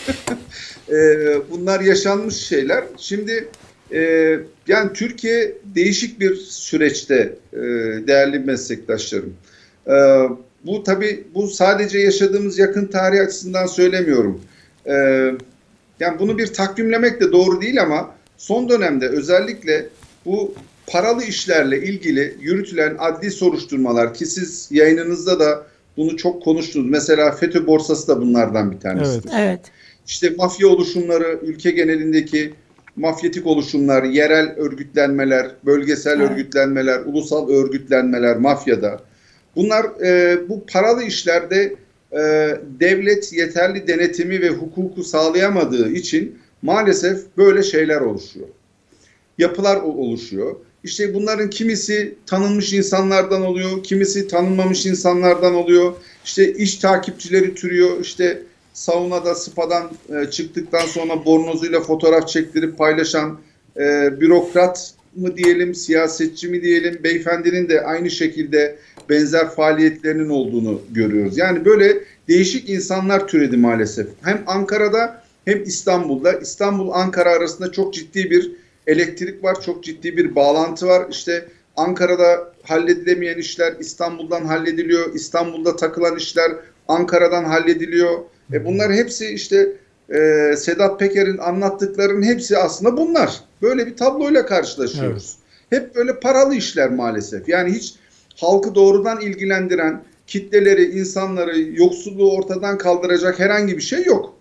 e, bunlar yaşanmış şeyler. Şimdi e, yani Türkiye değişik bir süreçte e, değerli meslektaşlarım. E, bu tabii bu sadece yaşadığımız yakın tarih açısından söylemiyorum. E, yani bunu bir takvimlemek de doğru değil ama son dönemde özellikle bu paralı işlerle ilgili yürütülen adli soruşturmalar, ki siz yayınınızda da bunu çok konuştunuz. Mesela FETÖ borsası da bunlardan bir tanesi. Evet. Evet. İşte mafya oluşumları, ülke genelindeki mafyatik oluşumlar, yerel örgütlenmeler, bölgesel Evet. örgütlenmeler, ulusal örgütlenmeler mafyada. Bunlar e, bu paralı işlerde e, devlet yeterli denetimi ve hukuku sağlayamadığı için maalesef böyle şeyler oluşuyor. Yapılar oluşuyor. İşte bunların kimisi tanınmış insanlardan oluyor, kimisi tanınmamış insanlardan oluyor. İşte iş takipçileri türüyor. İşte saunada, spadan e, çıktıktan sonra bornozuyla fotoğraf çektirip paylaşan e, bürokrat mı diyelim, siyasetçi mi diyelim, beyefendinin de aynı şekilde benzer faaliyetlerinin olduğunu görüyoruz. Yani böyle değişik insanlar türedi maalesef. Hem Ankara'da hem İstanbul'da. İstanbul-Ankara arasında çok ciddi bir elektrik var, çok ciddi bir bağlantı var. İşte Ankara'da halledilemeyen işler İstanbul'dan hallediliyor. İstanbul'da takılan işler Ankara'dan hallediliyor. E bunlar hepsi işte e, Sedat Peker'in anlattıklarının hepsi aslında bunlar. Böyle bir tabloyla karşılaşıyoruz. Evet. Hep böyle paralı işler maalesef. Yani hiç halkı doğrudan ilgilendiren, kitleleri, insanları, yoksulluğu ortadan kaldıracak herhangi bir şey yok.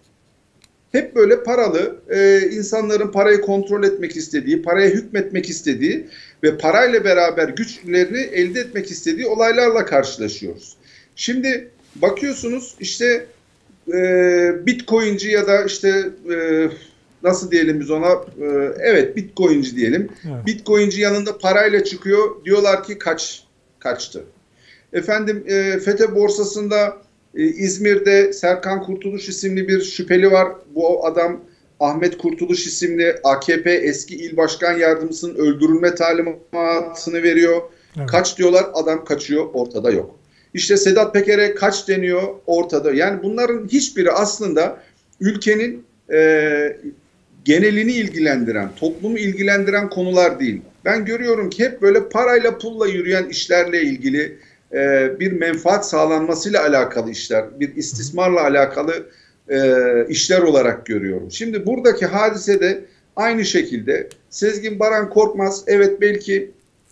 Hep böyle paralı, e, insanların parayı kontrol etmek istediği, paraya hükmetmek istediği ve parayla beraber güçlerini elde etmek istediği olaylarla karşılaşıyoruz. Şimdi bakıyorsunuz işte e, Bitcoin'ci ya da işte e, nasıl diyelim biz ona, e, evet Bitcoin'ci diyelim. Evet. Bitcoin'ci yanında parayla çıkıyor, diyorlar ki kaç kaçtı. Efendim e, FETÖ borsasında e, İzmir'de Serkan Kurtuluş isimli bir şüpheli var. Bu adam Ahmet Kurtuluş isimli A K P eski il başkan yardımcısının öldürülme talimatını veriyor. Evet. Kaç diyorlar, adam kaçıyor, ortada yok. İşte Sedat Peker'e kaç deniyor, ortada. Yani bunların hiçbiri aslında ülkenin e, genelini ilgilendiren, toplumu ilgilendiren konular değil. Ben görüyorum ki hep böyle parayla pulla yürüyen işlerle ilgili e, bir menfaat sağlanmasıyla alakalı işler, bir istismarla alakalı e, işler olarak görüyorum. Şimdi buradaki hadise de aynı şekilde Sezgin Baran Korkmaz, evet belki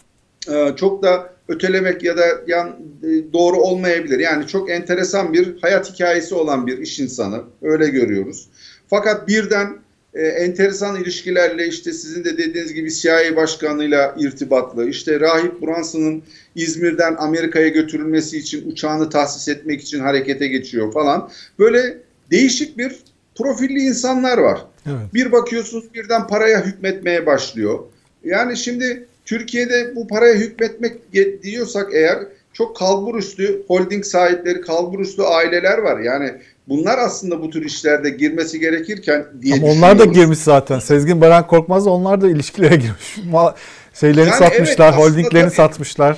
e, çok da ötelemek ya da yan, e, doğru olmayabilir. Yani çok enteresan bir hayat hikayesi olan bir iş insanı, öyle görüyoruz. Fakat birden e, enteresan ilişkilerle işte sizin de dediğiniz gibi C I A başkanıyla irtibatlı, işte Rahip Branson'ın İzmir'den Amerika'ya götürülmesi için uçağını tahsis etmek için harekete geçiyor falan. Böyle değişik bir profilli insanlar var. Evet. Bir bakıyorsunuz birden paraya hükmetmeye başlıyor. Yani şimdi Türkiye'de bu paraya hükmetmek diyorsak eğer çok kalburüstü holding sahipleri, kalburüstü aileler var. Yani bunlar aslında bu tür işlerde girmesi gerekirken diye ama onlar da girmiş zaten. Sezgin Baran Korkmaz da onlar da ilişkilere girmiş. Şeylerini yani satmışlar, evet, holdinglerini tabii satmışlar.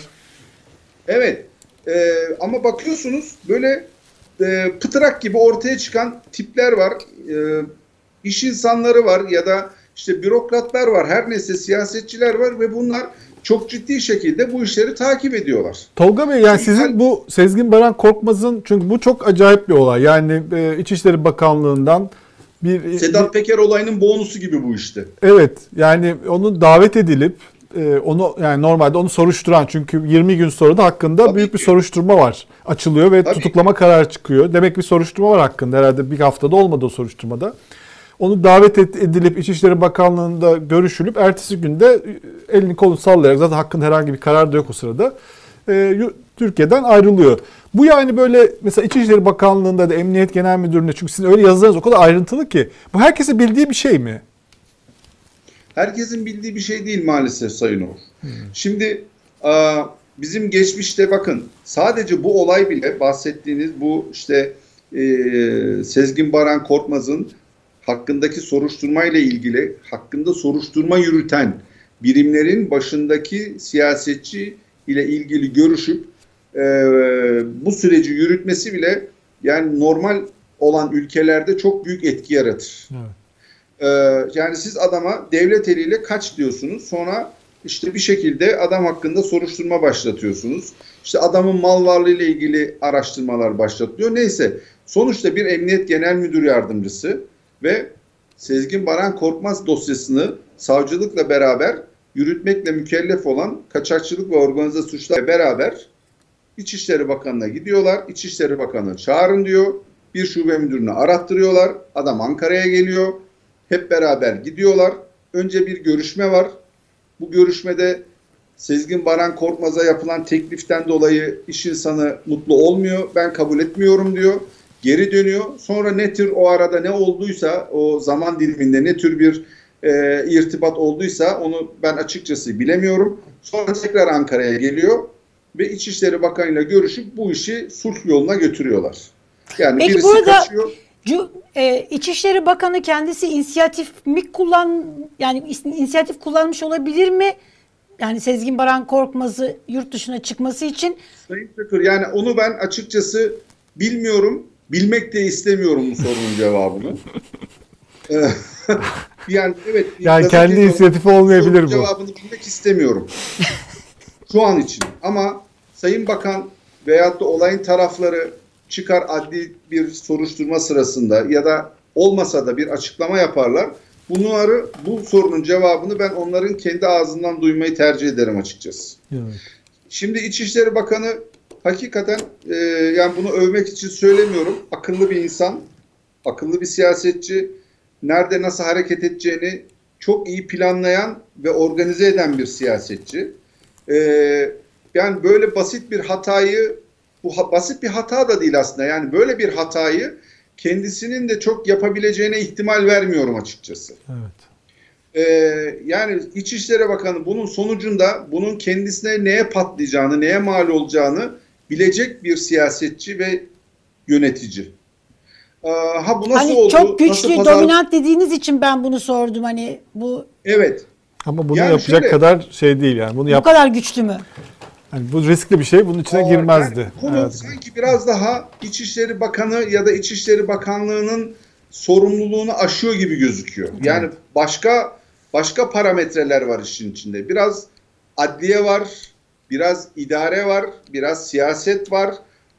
Evet. Ee, ama bakıyorsunuz böyle e, pıtrak gibi ortaya çıkan tipler var. E, iş insanları var ya da işte bürokratlar var. Her neyse siyasetçiler var ve bunlar çok ciddi şekilde bu işleri takip ediyorlar. Tolga Bey, yani sizin yani, bu Sezgin Baran Korkmaz'ın, çünkü bu çok acayip bir olay. Yani e, İçişleri Bakanlığı'ndan bir... Sedat bir, Peker olayının bonusu gibi bu işte. Evet, yani onu davet edilip e, onu yani normalde onu soruşturan, çünkü yirmi gün sonra da hakkında Tabii büyük ki. bir soruşturma var. Açılıyor ve Tabii tutuklama ki. kararı çıkıyor. Demek bir soruşturma var hakkında. Herhalde bir haftada olmadı o soruşturmada. Onu davet edilip İçişleri Bakanlığı'nda görüşülüp ertesi günde elini kolunu sallayarak, zaten hakkında herhangi bir karar da yok o sırada, e, Türkiye'den ayrılıyor. Bu yani böyle mesela İçişleri Bakanlığı'nda da Emniyet Genel Müdürlüğü'nde, çünkü sizin öyle yazılarınız o kadar ayrıntılı ki, bu herkesin bildiği bir şey mi? Herkesin bildiği bir şey değil maalesef Sayın Uğur. Hmm. Şimdi bizim geçmişte bakın sadece bu olay bile, bahsettiğiniz bu işte e, Sezgin Baran Korkmaz'ın hakkındaki soruşturmayla ilgili, hakkında soruşturma yürüten birimlerin başındaki siyasetçi ile ilgili görüşüp e, bu süreci yürütmesi bile yani normal olan ülkelerde çok büyük etki yaratır. Evet. E, yani siz adama devlet eliyle kaç diyorsunuz, sonra işte bir şekilde adam hakkında soruşturma başlatıyorsunuz. İşte adamın mal varlığı ile ilgili araştırmalar başlatılıyor. Neyse, sonuçta bir Emniyet Genel Müdür Yardımcısı ve Sezgin Baran Korkmaz dosyasını savcılıkla beraber yürütmekle mükellef olan kaçakçılık ve organize suçlarla beraber İçişleri Bakanı'na gidiyorlar. İçişleri Bakanı çağırın diyor. Bir şube müdürünü arattırıyorlar. Adam Ankara'ya geliyor. Hep beraber gidiyorlar. Önce bir görüşme var. Bu görüşmede Sezgin Baran Korkmaz'a yapılan tekliften dolayı iş insanı mutlu olmuyor. Ben kabul etmiyorum diyor. Geri dönüyor. Sonra ne tür o arada ne olduysa o zaman diliminde ne tür bir e, irtibat olduysa onu ben açıkçası bilemiyorum. Sonra tekrar Ankara'ya geliyor ve İçişleri Bakanı'yla görüşüp bu işi sulh yoluna götürüyorlar. Yani Peki birisi burada kaçıyor. Cu- e, İçişleri Bakanı kendisi inisiyatif mi kullan yani is- inisiyatif kullanmış olabilir mi? Yani Sezgin Baran Korkmaz'ı yurt dışına çıkması için. Sayın Çakır, yani onu ben açıkçası bilmiyorum. Bilmek de istemiyorum bu sorunun cevabını. yani evet. Yani kendi inisiyatifi olmayabilir bu. Cevabını bilmek istemiyorum. Şu an için. Ama Sayın Bakan veyahut da olayın tarafları çıkar adli bir soruşturma sırasında ya da olmasa da bir açıklama yaparlar. Bunları, bu sorunun cevabını ben onların kendi ağzından duymayı tercih ederim açıkçası. Evet. Şimdi İçişleri Bakanı hakikaten e, yani bunu övmek için söylemiyorum. Akıllı bir insan, akıllı bir siyasetçi, nerede nasıl hareket edeceğini çok iyi planlayan ve organize eden bir siyasetçi. E, yani böyle basit bir hatayı, bu ha, basit bir hata da değil aslında. Yani böyle bir hatayı kendisinin de çok yapabileceğine ihtimal vermiyorum açıkçası. Evet. Ee, yani İçişleri Bakanı bunun sonucunda bunun kendisine neye patlayacağını, neye mal olacağını bilecek bir siyasetçi ve yönetici. Ee, ha bu nasıl Hani oldu? çok güçlü, pazar... dominant dediğiniz için ben bunu sordum. Hani bu Evet. Ama bunu yani yapacak şöyle, kadar şey değil yani. Bunu bu yap... kadar güçlü mü? Yani bu riskli bir şey. Bunun içine Aa, girmezdi. Yani konu Evet. sanki biraz daha İçişleri Bakanı ya da İçişleri Bakanlığı'nın sorumluluğunu aşıyor gibi gözüküyor. Yani başka başka parametreler var işin içinde. Biraz adliye var, biraz idare var, biraz siyaset var.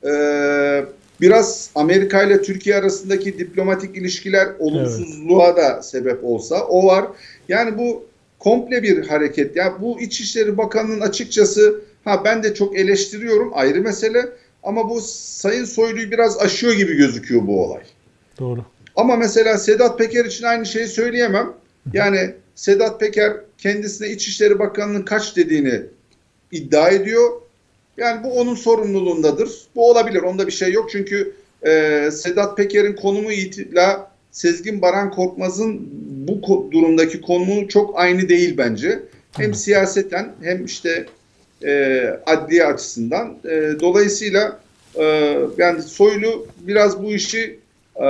Ee, biraz Amerika ile Türkiye arasındaki diplomatik ilişkiler olumsuzluğa evet. da sebep olsa o var. Yani bu komple bir hareket. Yani bu İçişleri Bakanı'nın açıkçası ha ben de çok eleştiriyorum, ayrı mesele, ama bu Sayın Soylu'yu biraz aşıyor gibi gözüküyor bu olay. Doğru. Ama mesela Sedat Peker için aynı şeyi söyleyemem. Yani Sedat Peker kendisine İçişleri Bakanı'nın kaç dediğini iddia ediyor. Yani bu onun sorumluluğundadır. Bu olabilir. Onda bir şey yok. Çünkü e, Sedat Peker'in konumu itibariyle Sezgin Baran Korkmaz'ın bu durumdaki konumu çok aynı değil bence. Hem siyaseten hem işte e, adliye açısından. E, dolayısıyla e, yani Soylu biraz bu işi e,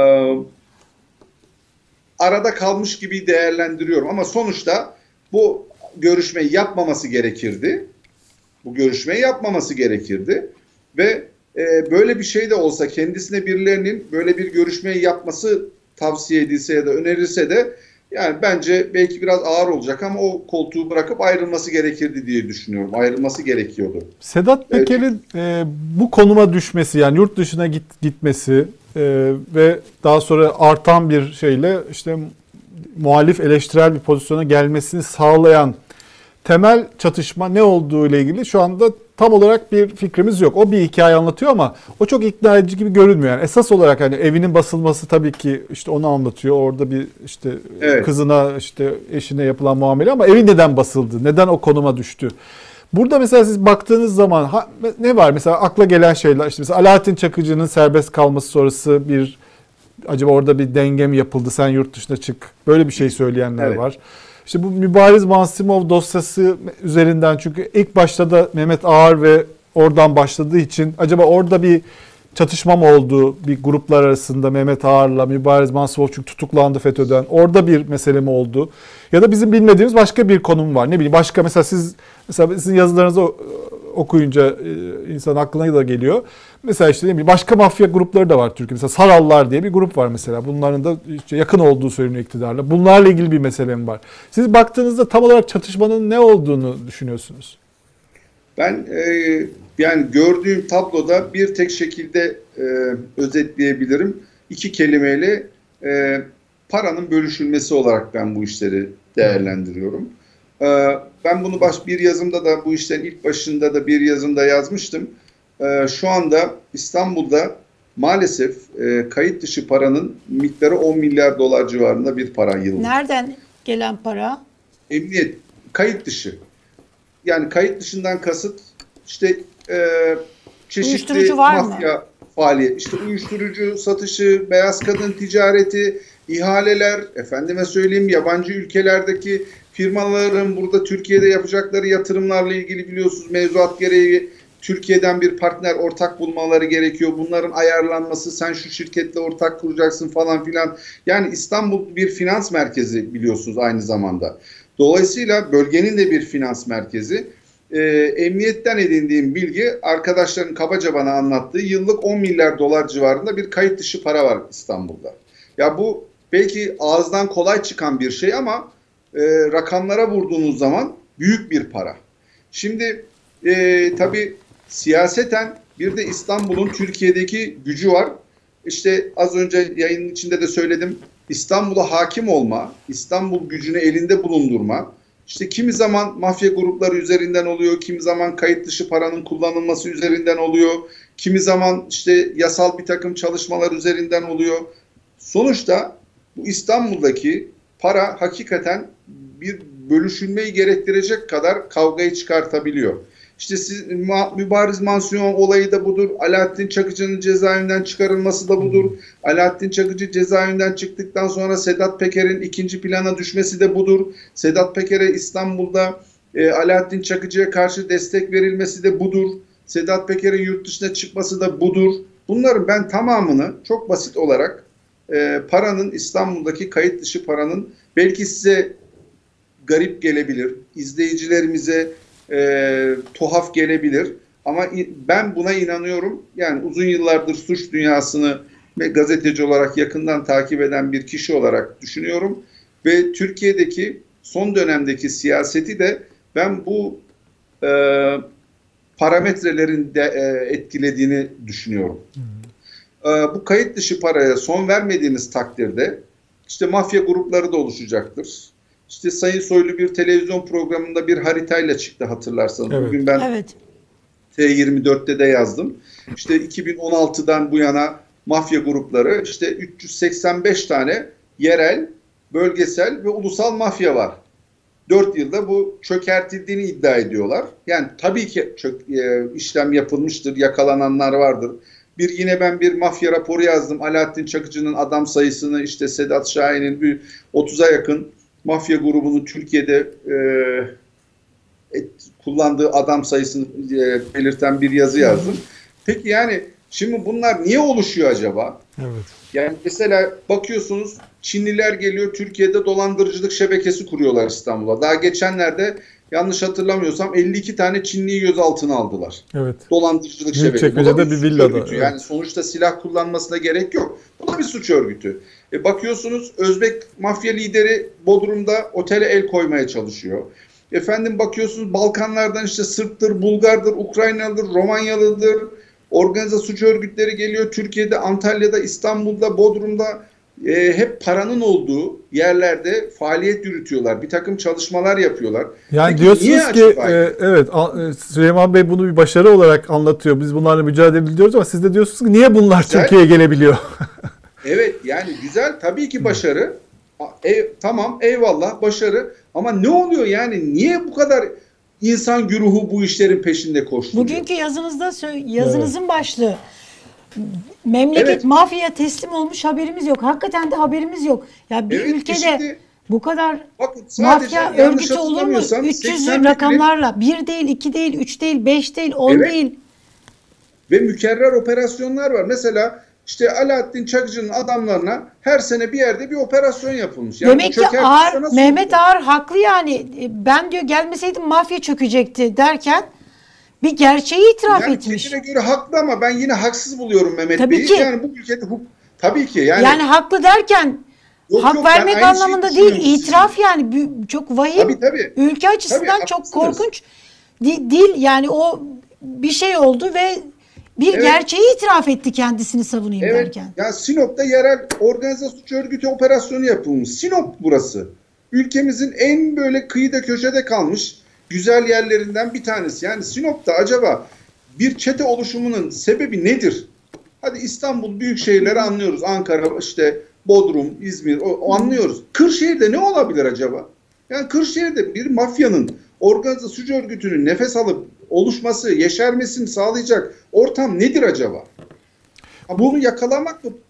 arada kalmış gibi değerlendiriyorum. Ama sonuçta bu görüşmeyi yapmaması gerekirdi. Bu görüşmeyi yapmaması gerekirdi. Ve e, böyle bir şey de olsa kendisine birilerinin böyle bir görüşmeyi yapması tavsiye edilse ya da önerilse de yani bence belki biraz ağır olacak ama o koltuğu bırakıp ayrılması gerekirdi diye düşünüyorum. Ayrılması gerekiyordu. Sedat Peker'in e, bu konuma düşmesi, yani yurt dışına git, gitmesi e, ve daha sonra artan bir şeyle işte muhalif, eleştirel bir pozisyona gelmesini sağlayan temel çatışma ne olduğu ile ilgili şu anda tam olarak bir fikrimiz yok. O bir hikaye anlatıyor ama o çok ikna edici gibi görünmüyor. Yani esas olarak hani evinin basılması tabii ki işte onu anlatıyor. Orada bir işte evet. kızına, işte eşine yapılan muamele, ama evi neden basıldı? Neden o konuma düştü? Burada mesela siz baktığınız zaman ha, ne var? Mesela akla gelen şeyler, işte mesela Alaaddin Çakıcı'nın serbest kalması sonrası bir acaba orada bir denge mi yapıldı? Sen yurt dışına çık. Böyle bir şey söyleyenler evet. var. İşte bu Mübariz Mansimov dosyası üzerinden, çünkü ilk başta da Mehmet Ağar ve oradan başladığı için acaba orada bir çatışma mı oldu bir gruplar arasında, Mehmet Ağar'la Mübariz Mansimov çünkü tutuklandı FETÖ'den, orada bir mesele mi oldu? Ya da bizim bilmediğimiz başka bir konum var. Ne bileyim, başka mesela siz mesela sizin yazılarınızı okuyunca insan aklına da geliyor. Mesela işte ne bileyim başka mafya grupları da var Türkiye'de. Mesela Sarallar diye bir grup var mesela. Bunların da işte yakın olduğu söyleniyor iktidarla. Bunlarla ilgili bir mesele mi var? Siz baktığınızda tam olarak çatışmanın ne olduğunu düşünüyorsunuz? Ben e, yani gördüğüm tabloda bir tek şekilde e, özetleyebilirim. İki kelimeyle e, paranın bölüşülmesi olarak ben bu işleri değerlendiriyorum. E, ben bunu baş bir yazımda da, bu işlerin ilk başında da bir yazımda yazmıştım. E, şu anda İstanbul'da maalesef e, kayıt dışı paranın miktarı on milyar dolar civarında bir para yıllık. Nereden gelen para? Emniyet, kayıt dışı. Yani kayıt dışından kasıt işte e, çeşitli mafya faaliyet, işte uyuşturucu satışı, beyaz kadın ticareti, ihaleler, efendime söyleyeyim yabancı ülkelerdeki firmaların burada Türkiye'de yapacakları yatırımlarla ilgili biliyorsunuz mevzuat gereği Türkiye'den bir partner ortak bulmaları gerekiyor. Bunların ayarlanması, sen şu şirketle ortak kuracaksın falan filan. Yani İstanbul bir finans merkezi biliyorsunuz aynı zamanda. Dolayısıyla bölgenin de bir finans merkezi. Ee, emniyetten edindiğim bilgi, arkadaşların kabaca bana anlattığı yıllık on milyar dolar civarında bir kayıt dışı para var İstanbul'da. Ya bu belki ağızdan kolay çıkan bir şey ama e, rakamlara vurduğunuz zaman büyük bir para. Şimdi e, tabii siyaseten bir de İstanbul'un Türkiye'deki gücü var. İşte az önce yayının içinde de söyledim. İstanbul'a hakim olma, İstanbul gücünü elinde bulundurma. İşte kimi zaman mafya grupları üzerinden oluyor, kimi zaman kayıt dışı paranın kullanılması üzerinden oluyor, kimi zaman işte yasal bir takım çalışmalar üzerinden oluyor. Sonuçta bu İstanbul'daki para hakikaten bir bölüşülmeyi gerektirecek kadar kavgayı çıkartabiliyor. İşte siz, Mübariz Mansiyon olayı da budur. Alaaddin Çakıcı'nın cezaevinden çıkarılması da budur. Alaaddin Çakıcı cezaevinden çıktıktan sonra Sedat Peker'in ikinci plana düşmesi de budur. Sedat Peker'e İstanbul'da e, Alaaddin Çakıcı'ya karşı destek verilmesi de budur. Sedat Peker'in yurt dışına çıkması da budur. Bunların ben tamamını çok basit olarak e, paranın İstanbul'daki kayıt dışı paranın belki size garip gelebilir. İzleyicilerimize E, tuhaf gelebilir ama ben buna inanıyorum. Yani uzun yıllardır suç dünyasını ve gazeteci olarak yakından takip eden bir kişi olarak düşünüyorum ve Türkiye'deki son dönemdeki siyaseti de ben bu e, parametrelerin de, e, etkilediğini düşünüyorum. E, bu kayıt dışı paraya son vermediğiniz takdirde işte mafya grupları da oluşacaktır. İşte Sayın Soylu bir televizyon programında bir haritayla çıktı hatırlarsanız. Evet. Bugün ben evet. T yirmi dört'te de yazdım. İşte iki bin on altı'dan bu yana mafya grupları işte üç yüz seksen beş tane yerel, bölgesel ve ulusal mafya var. dört yılda bu çökertildiğini iddia ediyorlar. Yani tabii ki çök, e, işlem yapılmıştır, yakalananlar vardır. Bir yine ben bir mafya raporu yazdım. Alaaddin Çakıcı'nın adam sayısını işte Sedat Şahin'in bir otuz'a yakın mafya grubunun Türkiye'de e, et, kullandığı adam sayısını e, belirten bir yazı yazdım. Peki yani şimdi bunlar niye oluşuyor acaba? Evet. Yani mesela bakıyorsunuz Çinliler geliyor Türkiye'de dolandırıcılık şebekesi kuruyorlar İstanbul'a. Daha geçenlerde yanlış hatırlamıyorsam elli iki tane Çinliyi gözaltına aldılar. Evet. Dolandırıcılık şebekesi. Bu da bir, bir villada. Evet. Yani sonuçta silah kullanmasına gerek yok. Bu da bir suç örgütü. E bakıyorsunuz Özbek mafya lideri Bodrum'da otele el koymaya çalışıyor. Efendim bakıyorsunuz Balkanlardan işte Sırp'tır, Bulgar'dır, Ukraynalıdır, Romanyalıdır. Organize suç örgütleri geliyor Türkiye'de, Antalya'da, İstanbul'da, Bodrum'da e, hep paranın olduğu yerlerde faaliyet yürütüyorlar. Bir takım çalışmalar yapıyorlar. Yani peki, diyorsunuz ki e, evet Süleyman Bey bunu bir başarı olarak anlatıyor. Biz bunlarla mücadele ediyoruz ama siz de diyorsunuz ki niye bunlar güzel. Türkiye'ye gelebiliyor? Evet yani güzel tabii ki başarı. E, tamam eyvallah başarı ama ne oluyor yani niye bu kadar insan güruhu bu işlerin peşinde koşturuyor? Bugünkü yazınızda yazınızın evet. başlığı memleket evet. mafyaya teslim olmuş haberimiz yok. Hakikaten de haberimiz yok. Ya bir evet, ülkede şimdi, bu kadar bakın, mafya örgütü olur mu? üç yüzlü rakamlarla bir değil, iki değil, üç değil, beş değil, on evet. değil. Ve mükerrer operasyonlar var. Mesela İşte Alaaddin Çakıcı'nın adamlarına her sene bir yerde bir operasyon yapılmış. Yani demek ki Ağar, Mehmet Ağar haklı yani. Ben diyor gelmeseydim mafya çökecekti derken bir gerçeği itiraf yani etmiş. Kendine göre haklı ama ben yine haksız buluyorum Mehmet tabii Bey'i. Ki. Yani bu ülkede hukuk tabii ki yani. Yani haklı derken yok, hak yok, vermek anlamında değil, itiraf yani çok vahim. Tabii, tabii. Ülke açısından tabii, çok korkunç değil yani o bir şey oldu ve bir evet. gerçeği itiraf etti kendisini savunayım evet. derken. Ya Sinop'ta yerel organize suç örgütü operasyonu yapılmış. Sinop burası. Ülkemizin en böyle kıyıda köşede kalmış güzel yerlerinden bir tanesi. Yani Sinop'ta acaba bir çete oluşumunun sebebi nedir? Hadi İstanbul büyük şehirleri anlıyoruz. Ankara, işte Bodrum, İzmir o, o anlıyoruz. Kırşehir'de ne olabilir acaba? Yani Kırşehir'de bir mafyanın organize suç örgütünün nefes alıp oluşması, yeşermesini sağlayacak ortam nedir acaba? Ha, bunu yakalamak mı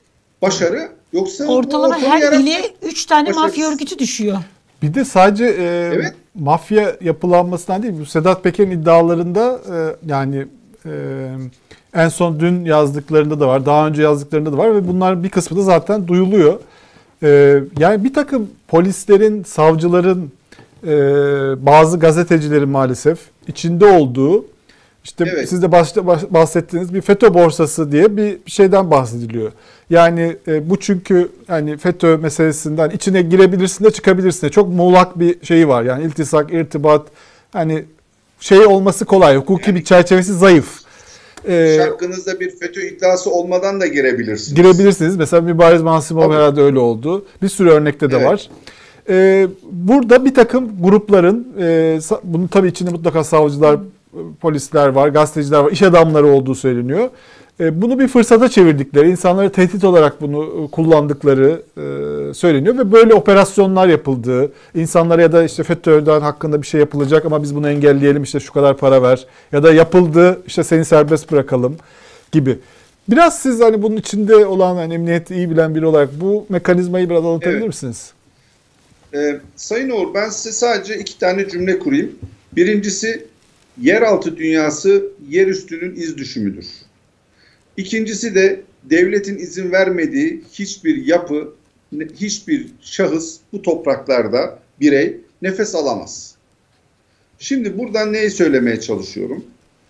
başarı, yoksa Ortalama bu her yaratmak ile üç tane başarısız. mafya örgütü düşüyor. Bir de sadece e, Evet. mafya yapılanmasından değil, bu Sedat Peker'in iddialarında e, yani e, en son dün yazdıklarında da var, daha önce yazdıklarında da var ve bunlar bir kısmı da zaten duyuluyor. E, yani bir takım polislerin, savcıların, e, bazı gazetecilerin maalesef içinde olduğu, İşte Evet. siz de başta bahsettiğiniz bir FETÖ borsası diye bir şeyden bahsediliyor. Yani e, bu çünkü yani FETÖ meselesinden içine girebilirsin de çıkabilirsin de çok muğlak bir şeyi var. Yani iltisak, irtibat, hani şey olması kolay, hukuki Yani- bir çerçevesi zayıf. E, Şarkınızda bir FETÖ iddiası olmadan da girebilirsiniz. girebilirsiniz. Mesela Mübariz Masumov Tabii. herhalde öyle oldu. Bir sürü örnekte de Evet. var. Ee, burada bir takım grupların, e, sa- bunun tabii içinde mutlaka savcılar, polisler var, gazeteciler var, iş adamları olduğu söyleniyor. E, bunu bir fırsata çevirdikleri, insanları tehdit olarak bunu kullandıkları e, söyleniyor ve böyle operasyonlar yapıldığı, insanlara ya da işte FETÖ'den hakkında bir şey yapılacak ama biz bunu engelleyelim, işte şu kadar para ver ya da yapıldı, işte seni serbest bırakalım gibi. Biraz siz hani bunun içinde olan, hani emniyeti iyi bilen biri olarak bu mekanizmayı biraz anlatabilir Evet. misiniz? Ee, Sayın Uğur, ben size sadece iki tane cümle kurayım. Birincisi, yeraltı dünyası yerüstünün iz düşümüdür. İkincisi de devletin izin vermediği hiçbir yapı, hiçbir şahıs bu topraklarda, birey nefes alamaz. Şimdi buradan neyi söylemeye çalışıyorum?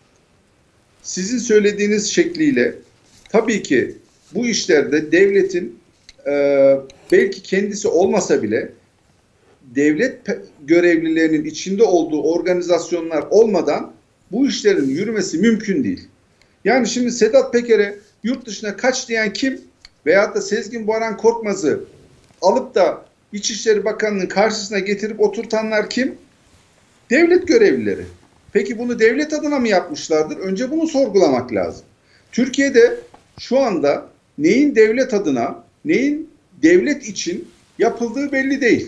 Sizin söylediğiniz şekliyle tabii ki bu işlerde devletin e, belki kendisi olmasa bile devlet görevlilerinin içinde olduğu organizasyonlar olmadan bu işlerin yürümesi mümkün değil. Yani şimdi Sedat Peker'e yurt dışına kaç diyen kim veyahut da Sezgin Baran Korkmaz'ı alıp da İçişleri Bakanı'nın karşısına getirip oturtanlar kim? Devlet görevlileri. Peki bunu devlet adına mı yapmışlardır? Önce bunu sorgulamak lazım. Türkiye'de şu anda neyin devlet adına, neyin devlet için yapıldığı belli değil.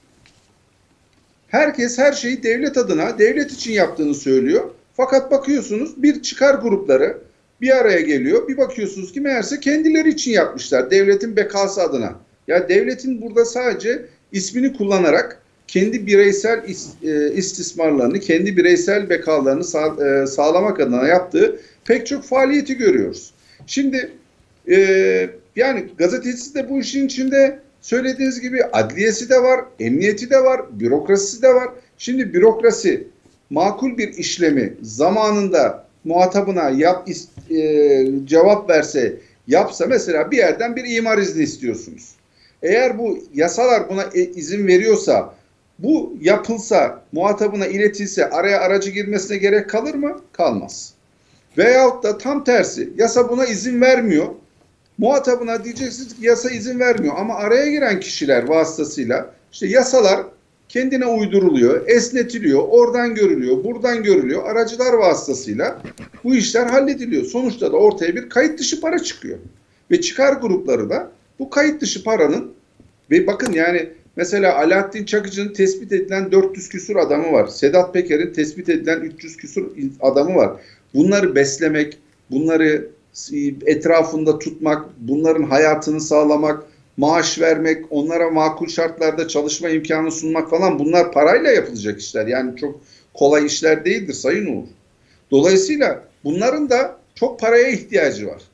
Herkes her şeyi devlet adına, devlet için yaptığını söylüyor. Fakat bakıyorsunuz bir çıkar grupları bir araya geliyor. Bir bakıyorsunuz ki meğerse kendileri için yapmışlar. Devletin bekası adına. Ya devletin burada sadece ismini kullanarak kendi bireysel istismarlarını, kendi bireysel bekalarını sağlamak adına yaptığı pek çok faaliyeti görüyoruz. Şimdi e, yani gazetecisi de bu işin içinde, söylediğiniz gibi adliyesi de var, emniyeti de var, bürokrasisi de var. Şimdi bürokrasi makul bir işlemi zamanında muhatabına yap, e, cevap verse, yapsa, mesela bir yerden bir imar izni istiyorsunuz. Eğer bu yasalar buna e, izin veriyorsa, bu yapılsa, muhatabına iletilse, araya aracı girmesine gerek kalır mı? Kalmaz. Veyahut da tam tersi, yasa buna izin vermiyor. Muhatabına diyeceksiniz ki yasa izin vermiyor ama araya giren kişiler vasıtasıyla işte yasalar kendine uyduruluyor, esnetiliyor, oradan görülüyor, buradan görülüyor, aracılar vasıtasıyla bu işler hallediliyor. Sonuçta da ortaya bir kayıt dışı para çıkıyor. Ve çıkar grupları da bu kayıt dışı paranın, ve bakın yani mesela Alaaddin Çakıcı'nın tespit edilen dört yüz küsur adamı var. Sedat Peker'in tespit edilen üç yüz küsur adamı var. Bunları beslemek, bunları etrafında tutmak, bunların hayatını sağlamak, maaş vermek, onlara makul şartlarda çalışma imkanı sunmak falan, bunlar parayla yapılacak işler. Yani çok kolay işler değildir Sayın Uğur. Dolayısıyla bunların da çok paraya ihtiyacı var.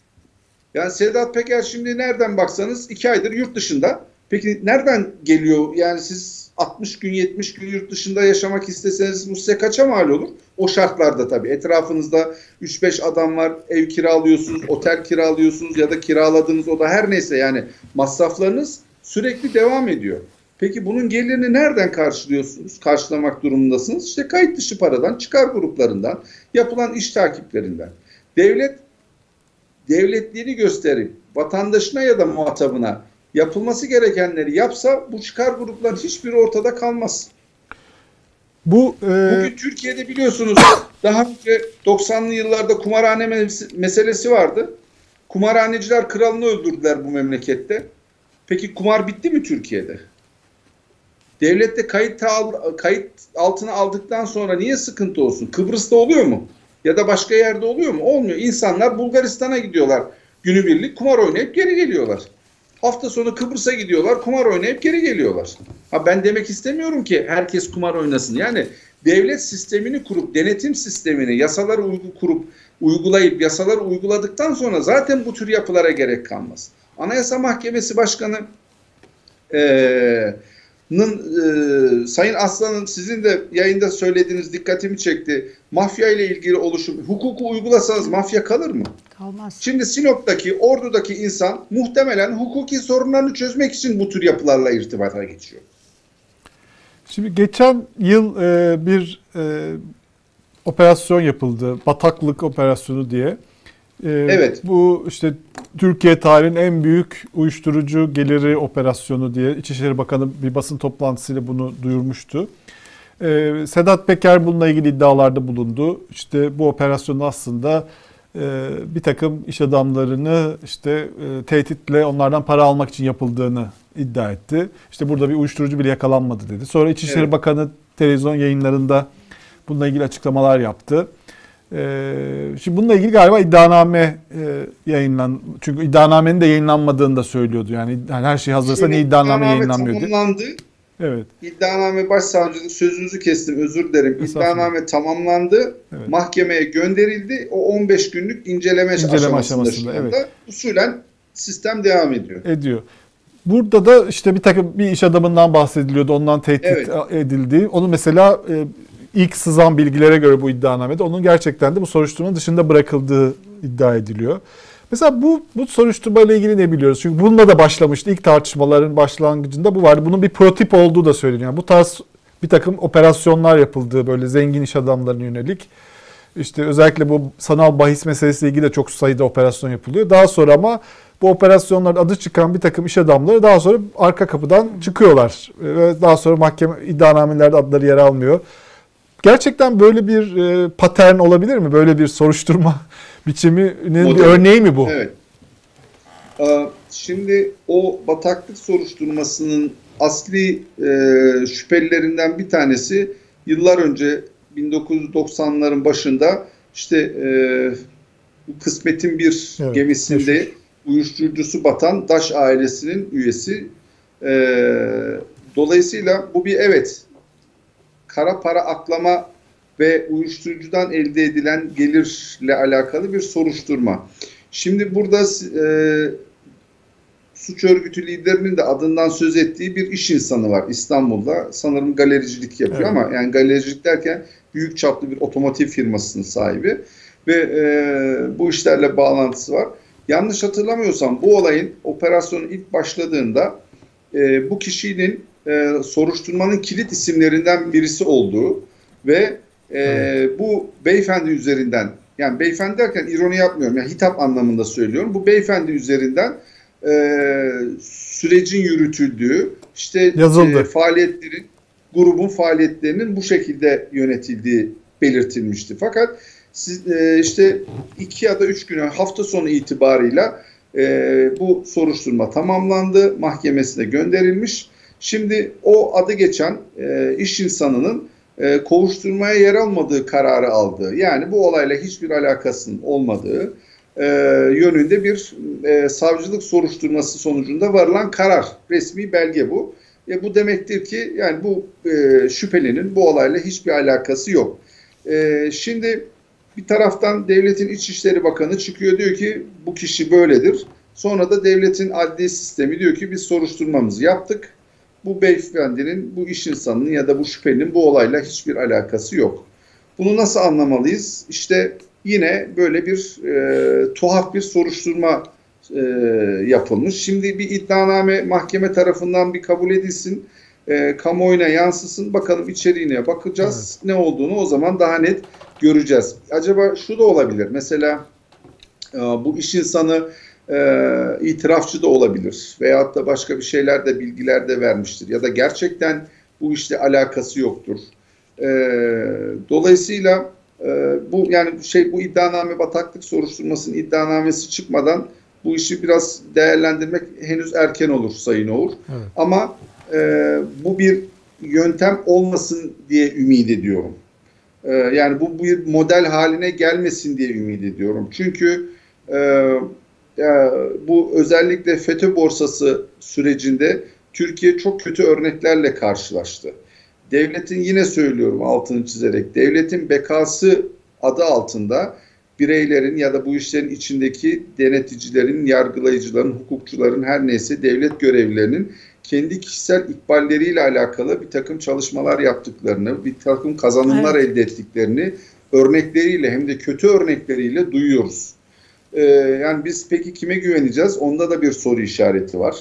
Yani Sedat Peker şimdi nereden baksanız iki aydır yurt dışında. Peki nereden geliyor? Yani siz altmış gün yetmiş gün yurt dışında yaşamak isteseniz bu size kaça mal olur? O şartlarda tabii. Etrafınızda üç beş adam var, ev kiralıyorsunuz, otel kiralıyorsunuz ya da kiraladığınız oda, her neyse yani masraflarınız sürekli devam ediyor. Peki bunun gelirini nereden karşılıyorsunuz? Karşılamak durumundasınız. İşte kayıt dışı paradan, çıkar gruplarından, yapılan iş takiplerinden. Devlet devletliğini gösterip vatandaşına ya da muhatabına yapılması gerekenleri yapsa bu çıkar grupların hiçbiri ortada kalmaz. Bu e... Bugün Türkiye'de biliyorsunuz daha önce doksanlı yıllarda kumarhane meselesi vardı. Kumarhaneciler kralını öldürdüler bu memlekette. Peki kumar bitti mi Türkiye'de? Devlette kayıt, kayıt altına aldıktan sonra niye sıkıntı olsun? Kıbrıs'ta oluyor mu? Ya da başka yerde oluyor mu? Olmuyor. İnsanlar Bulgaristan'a gidiyorlar. günübirlik kumar oynayıp geri geliyorlar. Hafta sonu Kıbrıs'a gidiyorlar, kumar oynayıp geri geliyorlar. Ha, ben demek istemiyorum ki herkes kumar oynasın. Yani devlet sistemini kurup, denetim sistemini, yasaları uygu kurup, uygulayıp, yasaları uyguladıktan sonra zaten bu tür yapılara gerek kalmaz. Anayasa Mahkemesi Başkanı eee Nın, e, Sayın Aslan'ın sizin de yayında söylediğiniz dikkatimi çekti. Mafya ile ilgili oluşum, hukuku uygulasanız mafya kalır mı? Kalmaz. Şimdi Sinop'taki, Ordu'daki insan muhtemelen hukuki sorunlarını çözmek için bu tür yapılarla irtibata geçiyor. Şimdi geçen yıl e, bir e, operasyon yapıldı. Bataklık operasyonu diye. E, Evet. Bu işte Türkiye tarihinin en büyük uyuşturucu geliri operasyonu diye İçişleri Bakanı bir basın toplantısıyla bunu duyurmuştu. Ee, Sedat Peker bununla ilgili iddialarda bulundu. İşte bu operasyonun aslında e, bir takım iş adamlarını işte e, tehditle onlardan para almak için yapıldığını iddia etti. İşte burada bir uyuşturucu bile yakalanmadı dedi. Sonra İçişleri evet. Bakanı televizyon yayınlarında bununla ilgili açıklamalar yaptı. Ee, şimdi bununla ilgili galiba iddianame e, yayınlan, çünkü iddianamenin de yayınlanmadığını da söylüyordu. Yani, yani her şey hazırsa şimdi niye iddianame yayınlanmıyor diye. Tamamlandı. Evet. İddianame başsavcılık, sözünüzü kestim, özür dilerim. İddianame tamamlandı. Evet. Mahkemeye gönderildi. O on beş günlük inceleme, inceleme aşamasında, aşamasında şu anda. Evet. Usulen sistem devam ediyor. Ediyor. Burada da işte bir takım bir iş adamından bahsediliyordu. Ondan tehdit evet. edildiği. Onu mesela e, İlk sızan bilgilere göre bu iddianamede onun gerçekten de bu soruşturmanın dışında bırakıldığı iddia ediliyor. Mesela bu bu soruşturma ile ilgili ne biliyoruz? Çünkü bununla da başlamıştı. İlk tartışmaların başlangıcında bu vardı. Bunun bir prototip olduğu da söyleniyor. Yani bu tarz bir takım operasyonlar yapıldığı böyle zengin iş adamlarına yönelik. İşte özellikle bu sanal bahis meselesiyle ilgili de çok sayıda operasyon yapılıyor. Daha sonra ama bu operasyonlarda adı çıkan bir takım iş adamları daha sonra arka kapıdan çıkıyorlar. Ve daha sonra mahkeme iddianamelerde adları yer almıyor. Gerçekten böyle bir e, patern olabilir mi? Böyle bir soruşturma biçiminin Model. bir örneği mi bu? Evet. Ee, şimdi o bataklık soruşturmasının asli e, şüphelilerinden bir tanesi yıllar önce bin dokuz yüz doksanların başında işte e, bu Kısmet'in bir evet, gemisinde meşhur. uyuşturucusu batan Daş ailesinin üyesi. E, dolayısıyla bu bir evet kara para aklama ve uyuşturucudan elde edilen gelirle alakalı bir soruşturma. Şimdi burada e, suç örgütü liderinin de adından söz ettiği bir iş insanı var İstanbul'da. Sanırım galericilik yapıyor evet. ama yani galericilik derken büyük çaplı bir otomotiv firmasının sahibi ve e, bu işlerle bağlantısı var. Yanlış hatırlamıyorsam bu olayın operasyonun ilk başladığında e, bu kişinin e, soruşturmanın kilit isimlerinden birisi olduğu ve e, evet. bu beyefendi üzerinden, yani beyefendi derken ironi yapmıyorum, yani hitap anlamında söylüyorum. Bu beyefendi üzerinden e, sürecin yürütüldüğü, işte e, faaliyetlerin, grubun faaliyetlerinin bu şekilde yönetildiği belirtilmişti. Fakat siz, e, işte iki ya da üç gün hafta sonu itibarıyla e, bu soruşturma tamamlandı, mahkemesine gönderilmiş. Şimdi o adı geçen e, iş insanının e, kovuşturmaya yer almadığı kararı aldığı, yani bu olayla hiçbir alakasının olmadığı e, yönünde bir e, savcılık soruşturması sonucunda varılan karar, resmi belge bu. E, bu demektir ki yani bu e, şüphelinin bu olayla hiçbir alakası yok. E, şimdi bir taraftan devletin İçişleri Bakanı çıkıyor, diyor ki bu kişi böyledir. Sonra da devletin adli sistemi diyor ki biz soruşturmamızı yaptık. Bu beyefendinin, bu iş insanının ya da bu şüphelinin bu olayla hiçbir alakası yok. Bunu nasıl anlamalıyız? İşte yine böyle bir e, tuhaf bir soruşturma e, yapılmış. Şimdi bir iddianame mahkeme tarafından bir kabul edilsin, e, kamuoyuna yansısın, bakalım içeriğine bakacağız. Evet. Ne olduğunu o zaman daha net göreceğiz. Acaba şu da olabilir. Mesela e, bu iş insanı e, itirafçı da olabilir. Veyahut da başka bir şeyler de, bilgiler de vermiştir. Ya da gerçekten bu işle alakası yoktur. E, dolayısıyla e, bu yani şey bu iddianame bataklık soruşturmasının iddianamesi çıkmadan bu işi biraz değerlendirmek henüz erken olur Sayın Oğur. Evet. Ama e, bu bir yöntem olmasın diye ümit ediyorum. E, yani bu bir model haline gelmesin diye ümit ediyorum. Çünkü e, bu özellikle FETÖ borsası sürecinde Türkiye çok kötü örneklerle karşılaştı. Devletin, yine söylüyorum altını çizerek, devletin bekası adı altında bireylerin ya da bu işlerin içindeki deneticilerin, yargılayıcıların, hukukçuların, her neyse devlet görevlilerinin kendi kişisel ikballeriyle alakalı bir takım çalışmalar yaptıklarını, bir takım kazanımlar evet. elde ettiklerini örnekleriyle, hem de kötü örnekleriyle duyuyoruz. Ee, yani biz peki kime güveneceğiz? Onda da bir soru işareti var.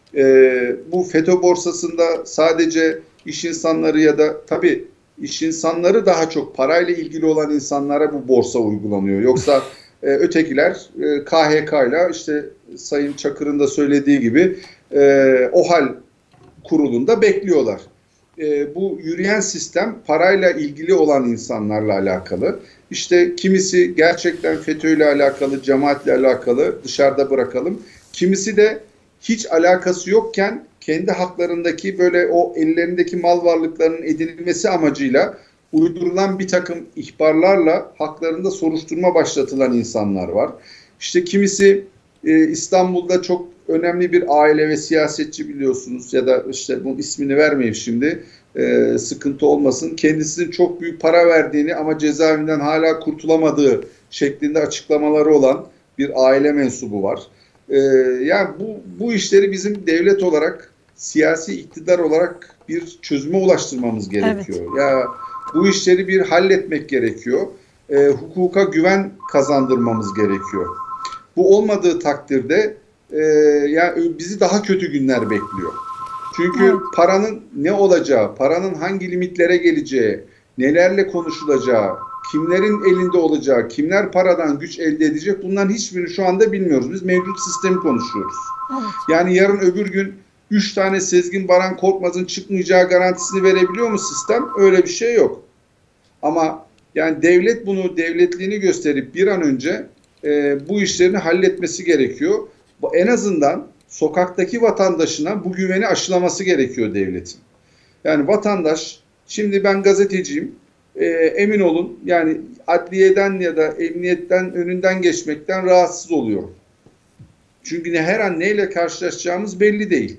Ee, bu FETÖ borsasında sadece iş insanları ya da tabii iş insanları daha çok parayla ilgili olan insanlara bu borsa uygulanıyor. Yoksa e, ötekiler e, K H K ile, işte Sayın Çakır'ın da söylediği gibi e, OHAL kurulunda bekliyorlar. E, bu yürüyen sistem parayla ilgili olan insanlarla alakalı. İşte kimisi gerçekten FETÖ ile alakalı, cemaatle alakalı, dışarıda bırakalım. Kimisi de hiç alakası yokken kendi haklarındaki böyle o ellerindeki mal varlıklarının edinilmesi amacıyla uydurulan bir takım ihbarlarla haklarında soruşturma başlatılan insanlar var. İşte kimisi e, İstanbul'da çok önemli bir aile ve siyasetçi, biliyorsunuz, ya da işte bunun ismini vermeyeyim şimdi, e, sıkıntı olmasın. Kendisinin çok büyük para verdiğini ama cezaevinden hala kurtulamadığı şeklinde açıklamaları olan bir aile mensubu var. Ee, yani bu, bu işleri bizim devlet olarak, siyasi iktidar olarak bir çözüme ulaştırmamız gerekiyor. Evet. Ya bu işleri bir halletmek gerekiyor. Ee, hukuka güven kazandırmamız gerekiyor. Bu olmadığı takdirde e, yani bizi daha kötü günler bekliyor. Çünkü evet. paranın ne olacağı, paranın hangi limitlere geleceği, nelerle konuşulacağı, kimlerin elinde olacağı, kimler paradan güç elde edecek, bunların hiçbirini şu anda bilmiyoruz. Biz mevcut sistemi konuşuyoruz. Evet. Yani yarın öbür gün üç tane Sezgin Baran Korkmaz'ın çıkmayacağı garantisini verebiliyor mu sistem? Öyle bir şey yok. Ama yani devlet bunu devletliğini gösterip bir an önce e, bu işlerini halletmesi gerekiyor. En azından sokaktaki vatandaşına bu güveni aşılaması gerekiyor devletin. Yani vatandaş, şimdi ben gazeteciyim, e, emin olun yani adliyeden ya da emniyetten önünden geçmekten rahatsız oluyorum. Çünkü ne, her an neyle karşılaşacağımız belli değil.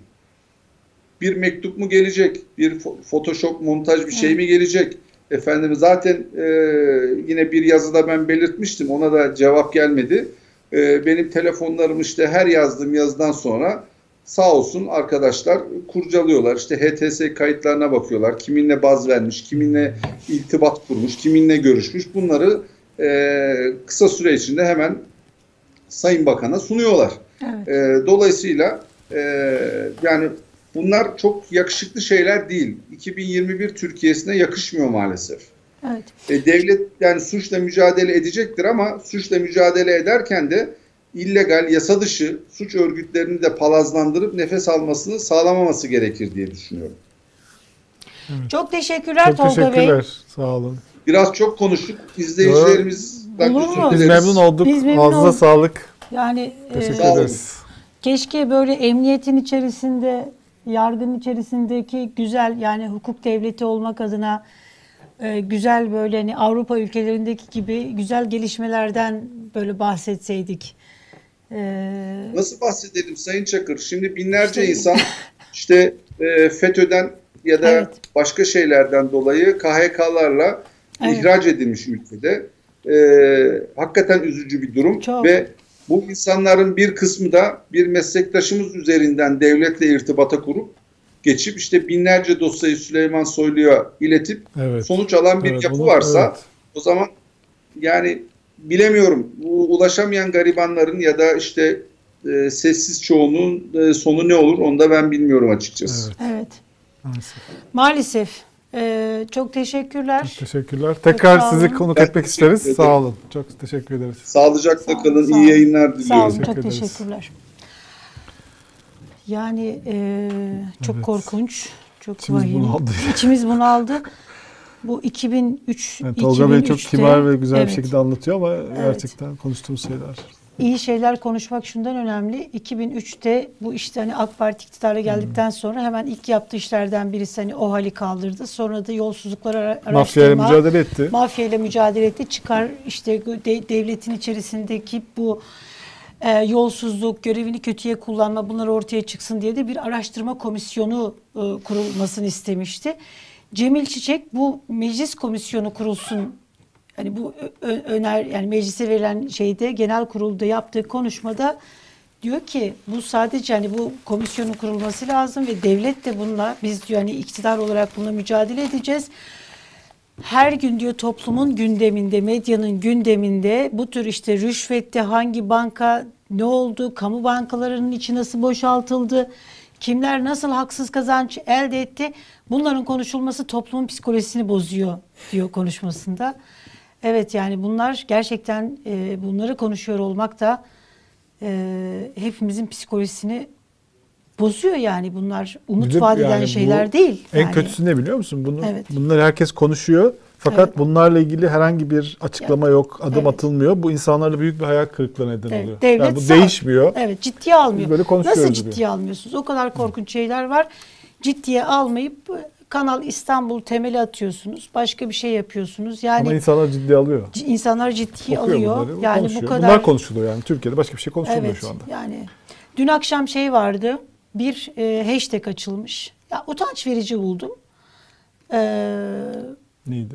Bir mektup mu gelecek, bir Photoshop montaj bir şey mi gelecek? Efendim zaten e, yine bir yazıda ben belirtmiştim, ona da cevap gelmedi. E, benim telefonlarım işte her yazdığım yazıdan sonra sağ olsun arkadaşlar kurcalıyorlar. İşte H T S kayıtlarına bakıyorlar. Kiminle baz vermiş, kiminle iltibat kurmuş, kiminle görüşmüş. Bunları e, kısa süre içinde hemen Sayın Bakan'a sunuyorlar. Evet. E, dolayısıyla e, yani bunlar çok yakışıklı şeyler değil. iki bin yirmi bir Türkiye'sine yakışmıyor maalesef. Evet. E, devlet yani suçla mücadele edecektir ama suçla mücadele ederken de illegal, yasa dışı suç örgütlerini de palazlandırıp nefes almasını sağlamaması gerekir diye düşünüyorum. Evet. Çok teşekkürler çok Tolga teşekkürler. Bey. Sağ olun. Biraz çok konuştuk. İzleyicilerimizden özür Biz memnun olduk. Biz memnun Ağzınıza olduk. sağlık. Yani teşekkür e, ederiz. Keşke böyle emniyetin içerisinde, yargının içerisindeki güzel, yani hukuk devleti olmak adına e, güzel böyle hani Avrupa ülkelerindeki gibi güzel gelişmelerden böyle bahsetseydik. Ee, Nasıl bahsedelim Sayın Çakır? Şimdi binlerce işte, insan işte e, FETÖ'den ya da evet. başka şeylerden dolayı K H K'larla evet. ihraç edilmiş ülkede. E, hakikaten üzücü bir durum. Çok. Ve bu insanların bir kısmı da bir meslektaşımız üzerinden devletle irtibata kurup geçip işte binlerce dosyayı Süleyman Soylu'ya iletip evet. sonuç alan bir evet, yapı onu, varsa evet. o zaman yani bilemiyorum, bu ulaşamayan garibanların ya da işte e, sessiz çoğunun e, sonu ne olur onu da ben bilmiyorum açıkçası. Evet. evet. Maalesef. Maalesef. Ee, çok teşekkürler. Çok teşekkürler. Tekrar çok sizi konuk ben etmek isteriz. Ederim. Sağ olun. Çok teşekkür ederiz. Sağlıcakla sağ kalın. Sağ İyi yayınlar diliyorum. Sağ olun. Teşekkür çok ederiz. teşekkürler. Yani e, çok evet. korkunç. Çok İçimiz vahim. bunaldı. İçimiz bunaldı. Bu iki bin üç, yani Tolga Bey çok kibar ve güzel evet. bir şekilde anlatıyor ama evet. gerçekten konuştuğumuz şeyler. İyi şeyler konuşmak şundan önemli. iki bin üçte bu işte hani AK Parti iktidara geldikten hmm. sonra hemen ilk yaptığı işlerden birisi hani OHAL'i kaldırdı. Sonra da yolsuzluklar araştırma. Mafya ile mücadele etti. Mafya ile mücadele etti. Çıkar işte de, devletin içerisindeki bu e, yolsuzluk, görevini kötüye kullanma bunlar ortaya çıksın diye de bir araştırma komisyonu e, kurulmasını istemişti. Cemil Çiçek bu meclis komisyonu kurulsun, hani bu ö- öner yani meclise verilen şeyde genel kurulda yaptığı konuşmada diyor ki bu sadece hani bu komisyonun kurulması lazım ve devlet de bununla biz diyor hani iktidar olarak bununla mücadele edeceğiz. Her gün diyor toplumun gündeminde, medyanın gündeminde bu tür işte rüşvette hangi banka ne oldu, kamu bankalarının içi nasıl boşaltıldı, kimler nasıl haksız kazanç elde etti, bunların konuşulması toplumun psikolojisini bozuyor diyor konuşmasında. Evet yani bunlar gerçekten e, bunları konuşuyor olmak da e, hepimizin psikolojisini bozuyor yani bunlar umut Bir de vaat eden yani bu şeyler değil. En Yani. kötüsü ne biliyor musun? Bunu, Evet. Bunları herkes konuşuyor. Fakat Evet. bunlarla ilgili herhangi bir açıklama Ya, yok, adım evet. atılmıyor. Bu insanlarda büyük bir hayal kırıklığı neden Evet, oluyor. devlet Yani bu sağ- değişmiyor. Evet, ciddiye almıyor. Biz böyle konuşuyoruz Nasıl gibi. ciddiye almıyorsunuz? O kadar korkunç şeyler var. Ciddiye almayıp Kanal İstanbul temeli atıyorsunuz. Başka bir şey yapıyorsunuz. Yani Ama insanlar ciddiye alıyor. c- insanlar ciddiye Okuyor alıyor. bunları, Yani konuşuyor. bu kadar Bunlar konuşuluyor yani. Türkiye'de başka bir şey konuşulmuyor evet, şu anda. yani dün akşam şey vardı. Bir e, hashtag açılmış. Ya utanç verici buldum. Eee Neydi?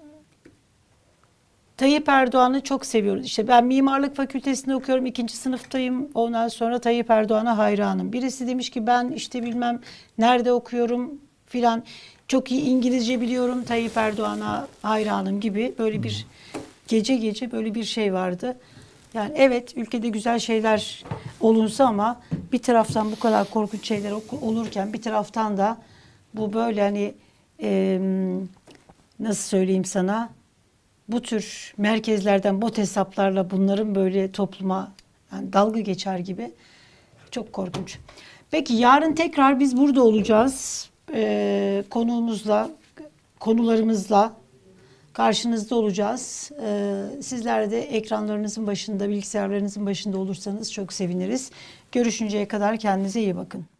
Tayyip Erdoğan'ı çok seviyoruz. İşte ben mimarlık fakültesinde okuyorum. İkinci sınıftayım. Ondan sonra Tayyip Erdoğan'a hayranım. Birisi demiş ki ben işte bilmem nerede okuyorum filan. Çok iyi İngilizce biliyorum. Tayyip Erdoğan'a hayranım gibi. Böyle bir gece gece böyle bir şey vardı. Yani evet ülkede güzel şeyler olunsa ama bir taraftan bu kadar korkunç şeyler olurken bir taraftan da bu böyle hani e, nasıl söyleyeyim sana, bu tür merkezlerden bot hesaplarla bunların böyle topluma yani dalga geçer gibi çok korkunç. Peki yarın tekrar biz burada olacağız. Ee, konuğumuzla, konularımızla karşınızda olacağız. Ee, sizler de ekranlarınızın başında, bilgisayarlarınızın başında olursanız çok seviniriz. Görüşünceye kadar kendinize iyi bakın.